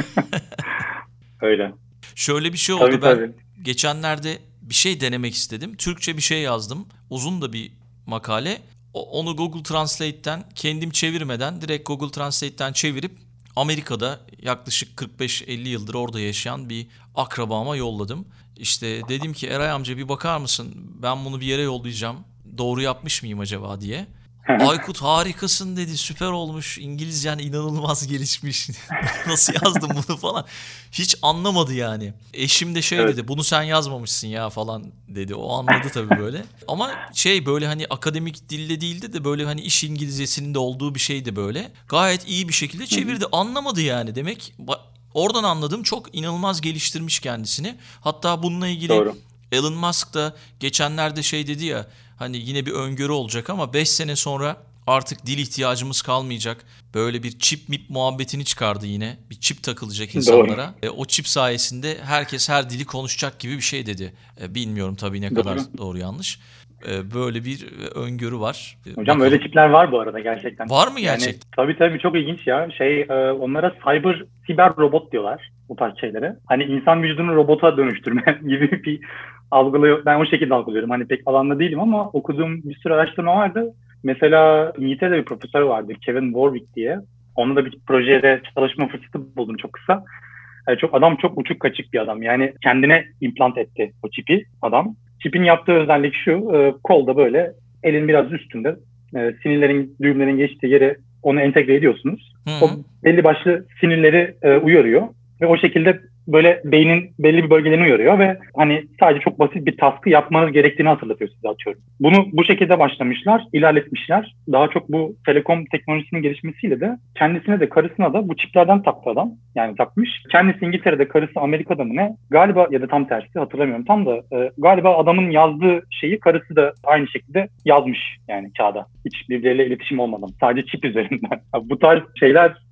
Öyle. Şöyle bir şey oldu. Tabii, ben tabii. geçenlerde bir şey denemek istedim. Türkçe bir şey yazdım. Uzun da bir makale. O, onu Google Translate'ten kendim çevirmeden direkt Google Translate'ten çevirip Amerika'da yaklaşık kırk beş elli yıldır orada yaşayan bir akrabama yolladım. İşte dedim ki Eray amca bir bakar mısın? Ben bunu bir yere yollayacağım. Doğru yapmış mıyım acaba diye. Aykut harikasın dedi, süper olmuş, İngilizcen inanılmaz gelişmiş. Nasıl yazdın bunu falan. Hiç anlamadı yani. Eşim de şey evet. dedi, bunu sen yazmamışsın ya falan dedi. O anladı tabii böyle. Ama şey böyle hani akademik dilde değildi de böyle hani iş İngilizcesinin de olduğu bir şeydi böyle. Gayet iyi bir şekilde çevirdi. Anlamadı yani demek. Oradan anladım, çok inanılmaz geliştirmiş kendisini. Hatta bununla ilgili Doğru. Elon Musk da geçenlerde şey dedi ya, hani yine bir öngörü olacak ama beş sene sonra artık dil ihtiyacımız kalmayacak. Böyle bir çip mip muhabbetini çıkardı yine. Bir çip takılacak insanlara. E, o çip sayesinde herkes her dili konuşacak gibi bir şey dedi. E, bilmiyorum tabii ne doğru. kadar doğru yanlış. E, böyle bir öngörü var. Hocam Bakalım. Öyle çipler var bu arada gerçekten. Var mı gerçekten? Yani, tabii tabii çok ilginç ya. Şey e, onlara cyber, siber robot diyorlar bu tarz şeylere. Hani insan vücudunu robota dönüştürme gibi bir algılıyor. Ben o şekilde algılıyorum. Hani pek alanda değilim ama okuduğum bir sürü araştırma vardı. Mesela İngiltere'de bir profesör vardı, Kevin Warwick diye. Onunla da bir projede çalışma fırsatı buldum çok kısa. Yani çok adam çok uçuk kaçık bir adam. Yani kendine implant etti o çipi adam. Çipin yaptığı özellik şu, e, kolda böyle elin biraz üstünde e, sinirlerin, düğümlerin geçtiği yere onu entegre ediyorsunuz. Hı-hı. O belli başlı sinirleri e, uyarıyor ve o şekilde böyle beynin belli bir bölgelerini uyarıyor ve hani sadece çok basit bir task'ı yapmanız gerektiğini hatırlatıyor size, atıyorum. Bunu bu şekilde başlamışlar, ilerletmişler. Daha çok bu telekom teknolojisinin gelişmesiyle de kendisine de karısına da bu çiplerden taktı adam. Yani takmış. Kendisi İngiltere'de, karısı Amerika'da mı ne? Galiba ya da tam tersi hatırlamıyorum tam da e, galiba adamın yazdığı şeyi karısı da aynı şekilde yazmış yani kağıda. Hiç birbirleriyle iletişim olmadan. Sadece çip üzerinden. Bu tarz şeyler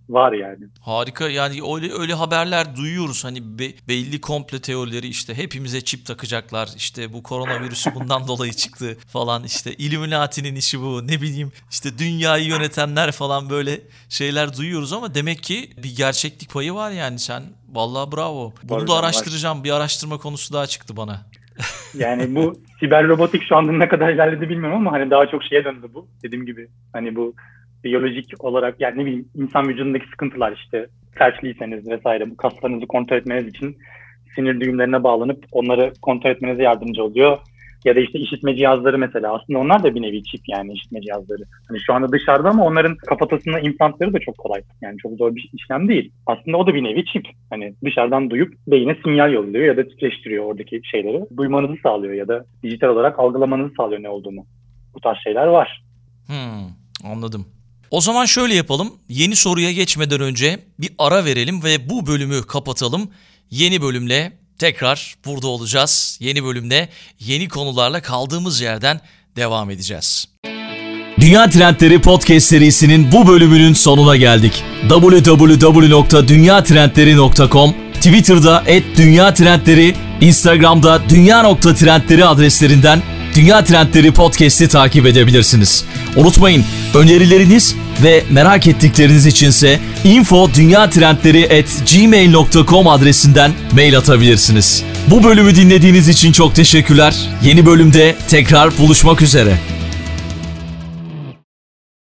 var yani. Harika, yani öyle öyle haberler duyuyoruz, hani be, belli komplo teorileri, işte hepimize çip takacaklar, işte bu koronavirüsü bundan dolayı çıktı falan, işte Illuminati'nin işi bu, ne bileyim işte dünyayı yönetenler falan, böyle şeyler duyuyoruz ama demek ki bir gerçeklik payı var yani. Sen vallahi bravo. Bunu Var, da var. araştıracağım. Bir araştırma konusu daha çıktı bana. Yani bu siber robotik şu anda ne kadar ilerledi bilmiyorum ama hani daha çok şeye döndü bu. Dediğim gibi hani bu biyolojik olarak, yani ne bileyim, insan vücudundaki sıkıntılar, işte felçliyseniz vesaire, bu kaslarınızı kontrol etmeniz için sinir düğümlerine bağlanıp onları kontrol etmenize yardımcı oluyor. Ya da işte işitme cihazları mesela, aslında onlar da bir nevi çip, yani işitme cihazları. Hani şu anda dışarıda ama onların kafatasına implantları da çok kolay. Yani çok zor bir işlem değil. Aslında o da bir nevi çip. Hani dışarıdan duyup beyine sinyal yolluyor ya da titreştiriyor oradaki şeyleri. Duymanızı sağlıyor ya da dijital olarak algılamanızı sağlıyor ne olduğunu. Bu tarz şeyler var. Hmm, anladım. O zaman şöyle yapalım. Yeni soruya geçmeden önce bir ara verelim ve bu bölümü kapatalım. Yeni bölümle tekrar burada olacağız. Yeni bölümde yeni konularla kaldığımız yerden devam edeceğiz. Dünya Trendleri Podcast serisinin bu bölümünün sonuna geldik. double-u double-u double-u nokta dünya trendleri nokta com, Twitter'da et dünya trendleri, Instagram'da dünya nokta trendleri adreslerinden Dünya Trendleri Podcast'i takip edebilirsiniz. Unutmayın, önerileriniz ve merak ettikleriniz içinse info dünya trendleri at gmail nokta com adresinden mail atabilirsiniz. Bu bölümü dinlediğiniz için çok teşekkürler. Yeni bölümde tekrar buluşmak üzere.